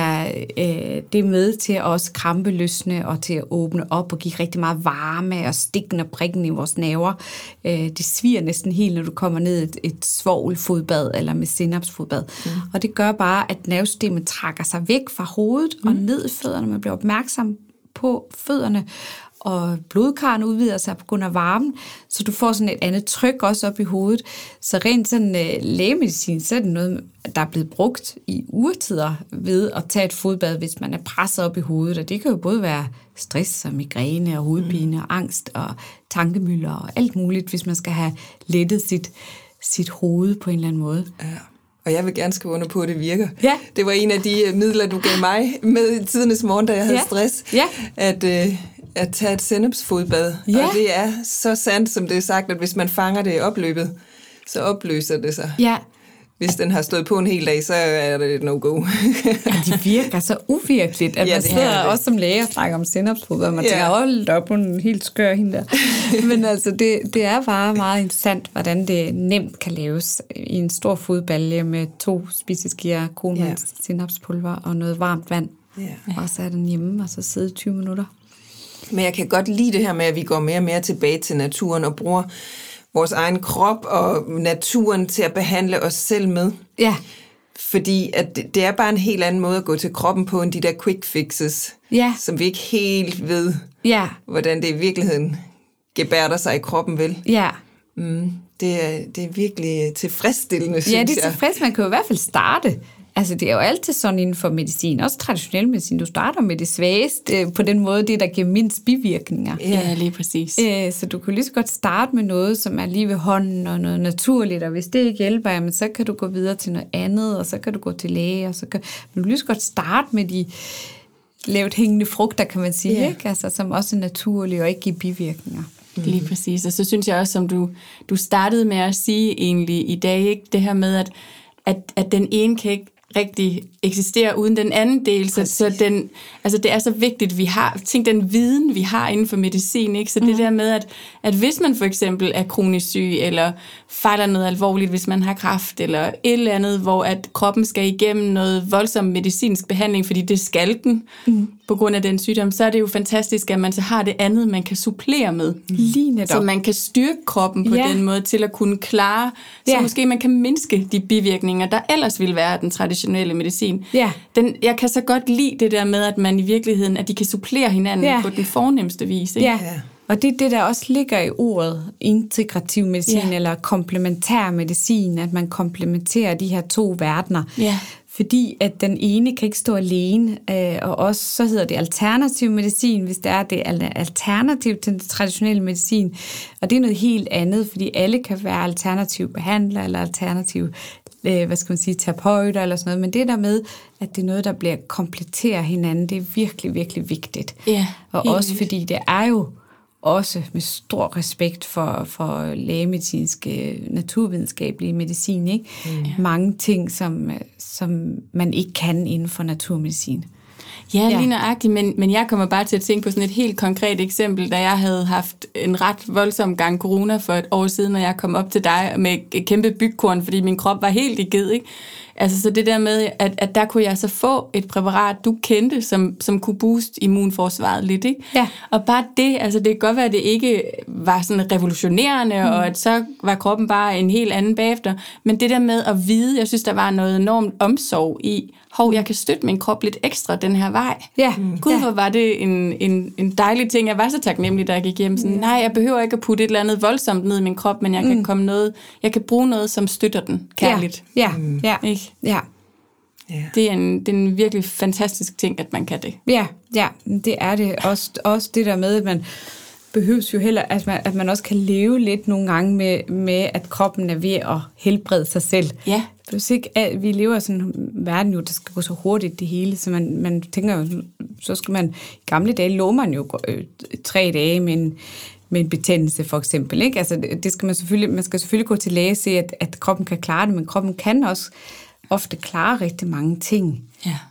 er med til at også krampeløsne og til at åbne op og give rigtig meget varme og stikken og prikken i vores nerver. Det sviger næsten helt, når du kommer ned et svovlfodbad eller med sinapsfodbad. Og det gør bare, at nervesystemet trækker sig væk fra hovedet og ned i fødderne. Man bliver opmærksom på fødderne, og blodkarren udvider sig på grund af varmen, så du får sådan et andet tryk også op i hovedet. Så rent sådan lægemedicin, så er det noget, der er blevet brugt i urtider ved at tage et fodbad, hvis man er presset op i hovedet. Og det kan jo både være stress og migræne og hovedpine og angst og tankemylder og alt muligt, hvis man skal have lettet sit hoved på en eller anden måde. Ja. Og jeg vil gerne skrive under på, at det virker. Ja. Det var en af de midler, du gav mig med i tidernes morgen, da jeg havde stress. Ja. At tage et sennepsfodbad. Ja. Og det er så sandt, som det er sagt, at hvis man fanger det i opløbet, så opløser det sig. Ja. Hvis den har stået på en hel dag, så er det et no-go. Ja, de virker så uvirkeligt, at man sidder også som læge og snakker om sennepsfodbad, og man tænker, hold op, hun er helt skør hende der. Men altså, det er bare meget interessant, hvordan det nemt kan laves i en stor fodbalje med 2 spiseskeer Kohlmanns sennepspulver og noget varmt vand. Ja. Og så er den hjemme, og så sidde 20 minutter. Men jeg kan godt lide det her med, at vi går mere og mere tilbage til naturen og bruger vores egen krop og naturen til at behandle os selv med. Ja. Fordi at det er bare en helt anden måde at gå til kroppen på, end de der quick fixes, som vi ikke helt ved, hvordan det i virkeligheden gebærder sig i kroppen, vel? Ja. Det er virkelig tilfredsstillende, synes jeg. Ja, det er tilfredsstillende. Man kan jo i hvert fald starte. Altså, det er jo altid sådan inden for medicin, også traditionel medicin. Du starter med det svageste på den måde, det der giver mindst bivirkninger. Ja, lige præcis. Så du kan lige så godt starte med noget, som er lige ved hånden og noget naturligt, og hvis det ikke hjælper, jamen, så kan du gå videre til noget andet, og så kan du gå til læge, og så kan du lige så godt starte med de lavt hængende frugter, kan man sige, ikke? Altså, som også er naturlige og ikke giver bivirkninger. Lige præcis. Og så synes jeg også, som du startede med at sige egentlig i dag, ikke? Det her med, at den ene kan ikke rigtig eksisterer uden den anden del, så den, altså det er så vigtigt, vi har, tænk den viden, vi har inden for medicin, ikke? Så det der med, at hvis man for eksempel er kronisk syg, eller fejler noget alvorligt, hvis man har kræft, eller et eller andet, hvor at kroppen skal igennem noget voldsom medicinsk behandling, fordi det skal den, på grund af den sygdom, så er det jo fantastisk, at man så har det andet, man kan supplere med. Så man kan styrke kroppen på den måde, til at kunne klare, så måske man kan mindske de bivirkninger, der ellers ville være den traditionelle medicin. Jeg kan så godt lide det der med, at man i virkeligheden, at de kan supplere hinanden på den fornemmeste vis. Ikke? Og det er det, der også ligger i ordet integrativ medicin, eller komplementær medicin, at man komplementerer de her 2 verdener. fordi at den ene kan ikke stå alene, og også så hedder det alternativ medicin, hvis det er alternativ til den traditionelle medicin, og det er noget helt andet, fordi alle kan være alternativ behandler eller alternativ terapeuter eller sådan noget, men det der med, at det er noget, der bliver kompletterer hinanden, det er virkelig, virkelig vigtigt. Ja, og også fordi det er jo også med stor respekt for lægemedicinske, naturvidenskabelige medicin, ikke? Mange ting, som man ikke kan inden for naturmedicin. Ja, lige nøjagtigt, men jeg kommer bare til at tænke på sådan et helt konkret eksempel, da jeg havde haft en ret voldsom gang corona for et år siden, og jeg kom op til dig med et kæmpe bygkorn, fordi min krop var helt i ged, ikke? Altså så det der med, at der kunne jeg så få et præparat, du kendte, som kunne booste immunforsvaret lidt, ikke? Ja. Og bare det, altså det kan godt være, at det ikke var sådan revolutionerende, og at så var kroppen bare en helt anden bagefter, men det der med at vide, jeg synes, der var noget enormt omsorg i, jeg kan støtte min krop lidt ekstra den her vej. Ja. Gud, hvor var det en dejlig ting. Jeg var så taknemmelig, da jeg gik hjem. Sådan, nej, jeg behøver ikke at putte et eller andet voldsomt ned i min krop, men jeg kan bruge noget, som støtter den kærligt. Ja. Ikke? Ja. Det er en virkelig fantastisk ting, at man kan det. Ja, det er det. Også det der med, at man behøves jo heller, at man også kan leve lidt nogle gange med, at kroppen er ved at helbrede sig selv. Ja. Hvis ikke, vi lever i sådan en verden jo, der skal gå så hurtigt det hele, så man tænker jo, så skal man, i gamle dage lå man jo 3 dage med en betændelse for eksempel, ikke? Altså det skal man skal selvfølgelig gå til læge og se, at kroppen kan klare det, men kroppen kan også ofte klare rigtig mange ting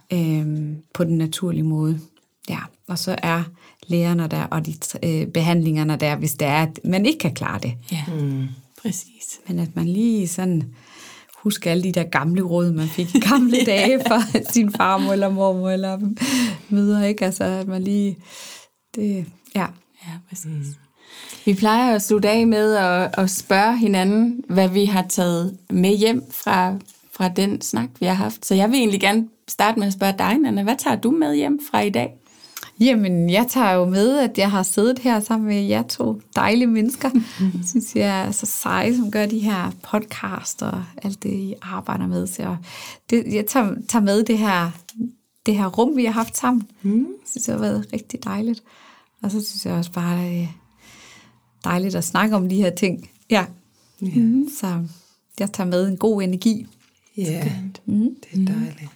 på den naturlige måde. Ja, og så er lægerne der, og de behandlingerne der, hvis det er, at man ikke kan klare det. Ja, præcis. Men at man lige sådan husker alle de der gamle råd, man fik i gamle dage fra sin farmor eller mormor eller mødre, ikke? Altså, at man lige... Det, ja, præcis. Vi plejer at slutte af med at spørge hinanden, hvad vi har taget med hjem fra den snak, vi har haft. Så jeg vil egentlig gerne starte med at spørge dig, Nanna. Hvad tager du med hjem fra i dag? Jamen, jeg tager jo med, at jeg har siddet her sammen med jer 2 dejlige mennesker. Jeg synes, jeg er så seje, som gør de her podcast og alt det, I arbejder med. Så jeg tager med det her rum, vi har haft sammen. Jeg synes, det har været rigtig dejligt. Og så synes jeg også bare, det er dejligt at snakke om de her ting. Ja. Så jeg tager med en god energi. Ja, det er dejligt.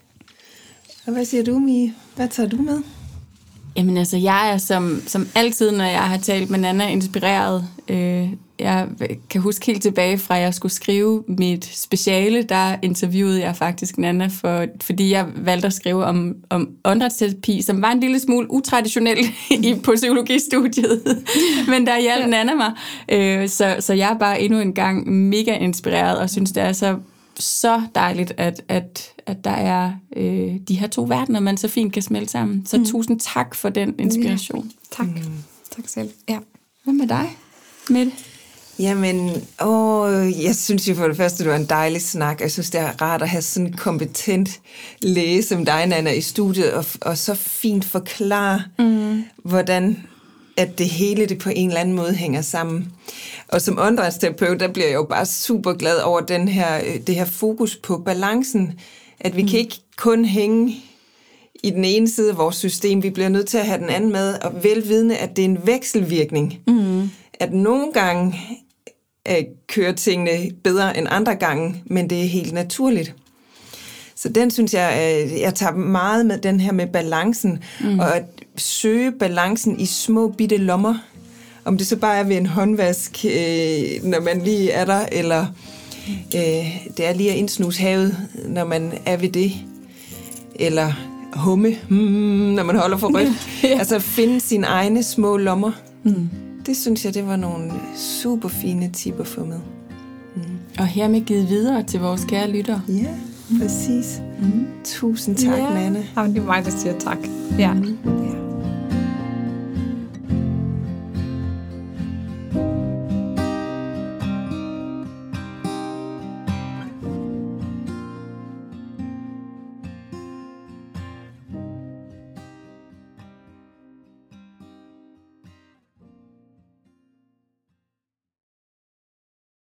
Og hvad siger du, Mie? Hvad tager du med? Jamen altså, jeg er som altid, når jeg har talt med Nanna, inspireret. Jeg kan huske helt tilbage fra, at jeg skulle skrive mit speciale, der interviewede jeg faktisk Nanna, fordi jeg valgte at skrive om åndedrætsterapi, som var en lille smule utraditionel på psykologistudiet. Men der hjalp Nanna mig. Så jeg er bare endnu en gang mega inspireret, og synes, det er så dejligt, at der er de her 2 verdener, man så fint kan smelte sammen. Så tusind tak for den inspiration. Ja, tak. Tak selv. Ja. Hvad med dig, Mette? Jamen, jeg synes jo for det første, det var en dejlig snak. Jeg synes, det er rart at have sådan en kompetent læge som dig, Nanna, i studiet, og så fint forklare, hvordan at det hele det på en eller anden måde hænger sammen. Og som åndedrætsterapeut, der bliver jeg jo bare super glad over det her fokus på balancen, at vi kan ikke kun hænge i den ene side af vores system, vi bliver nødt til at have den anden med, og velvidende, at det er en vekselvirkning. At nogle gange kører tingene bedre end andre gange, men det er helt naturligt. Så den synes jeg tager meget med den her med balancen, og at søge balancen i små bitte lommer. Om det så bare er ved en håndvask, når man lige er der, eller det er lige at indsnuse havet, når man er ved det, eller humme, når man holder for rødt. Altså finde sine egne små lommer. Det synes jeg, det var nogle super fine tip at få med. Og hermed givet videre til vores kære lyttere. Ja, præcis. Tusind tak, Nanna. Jamen, det er mig, der siger tak. Ja.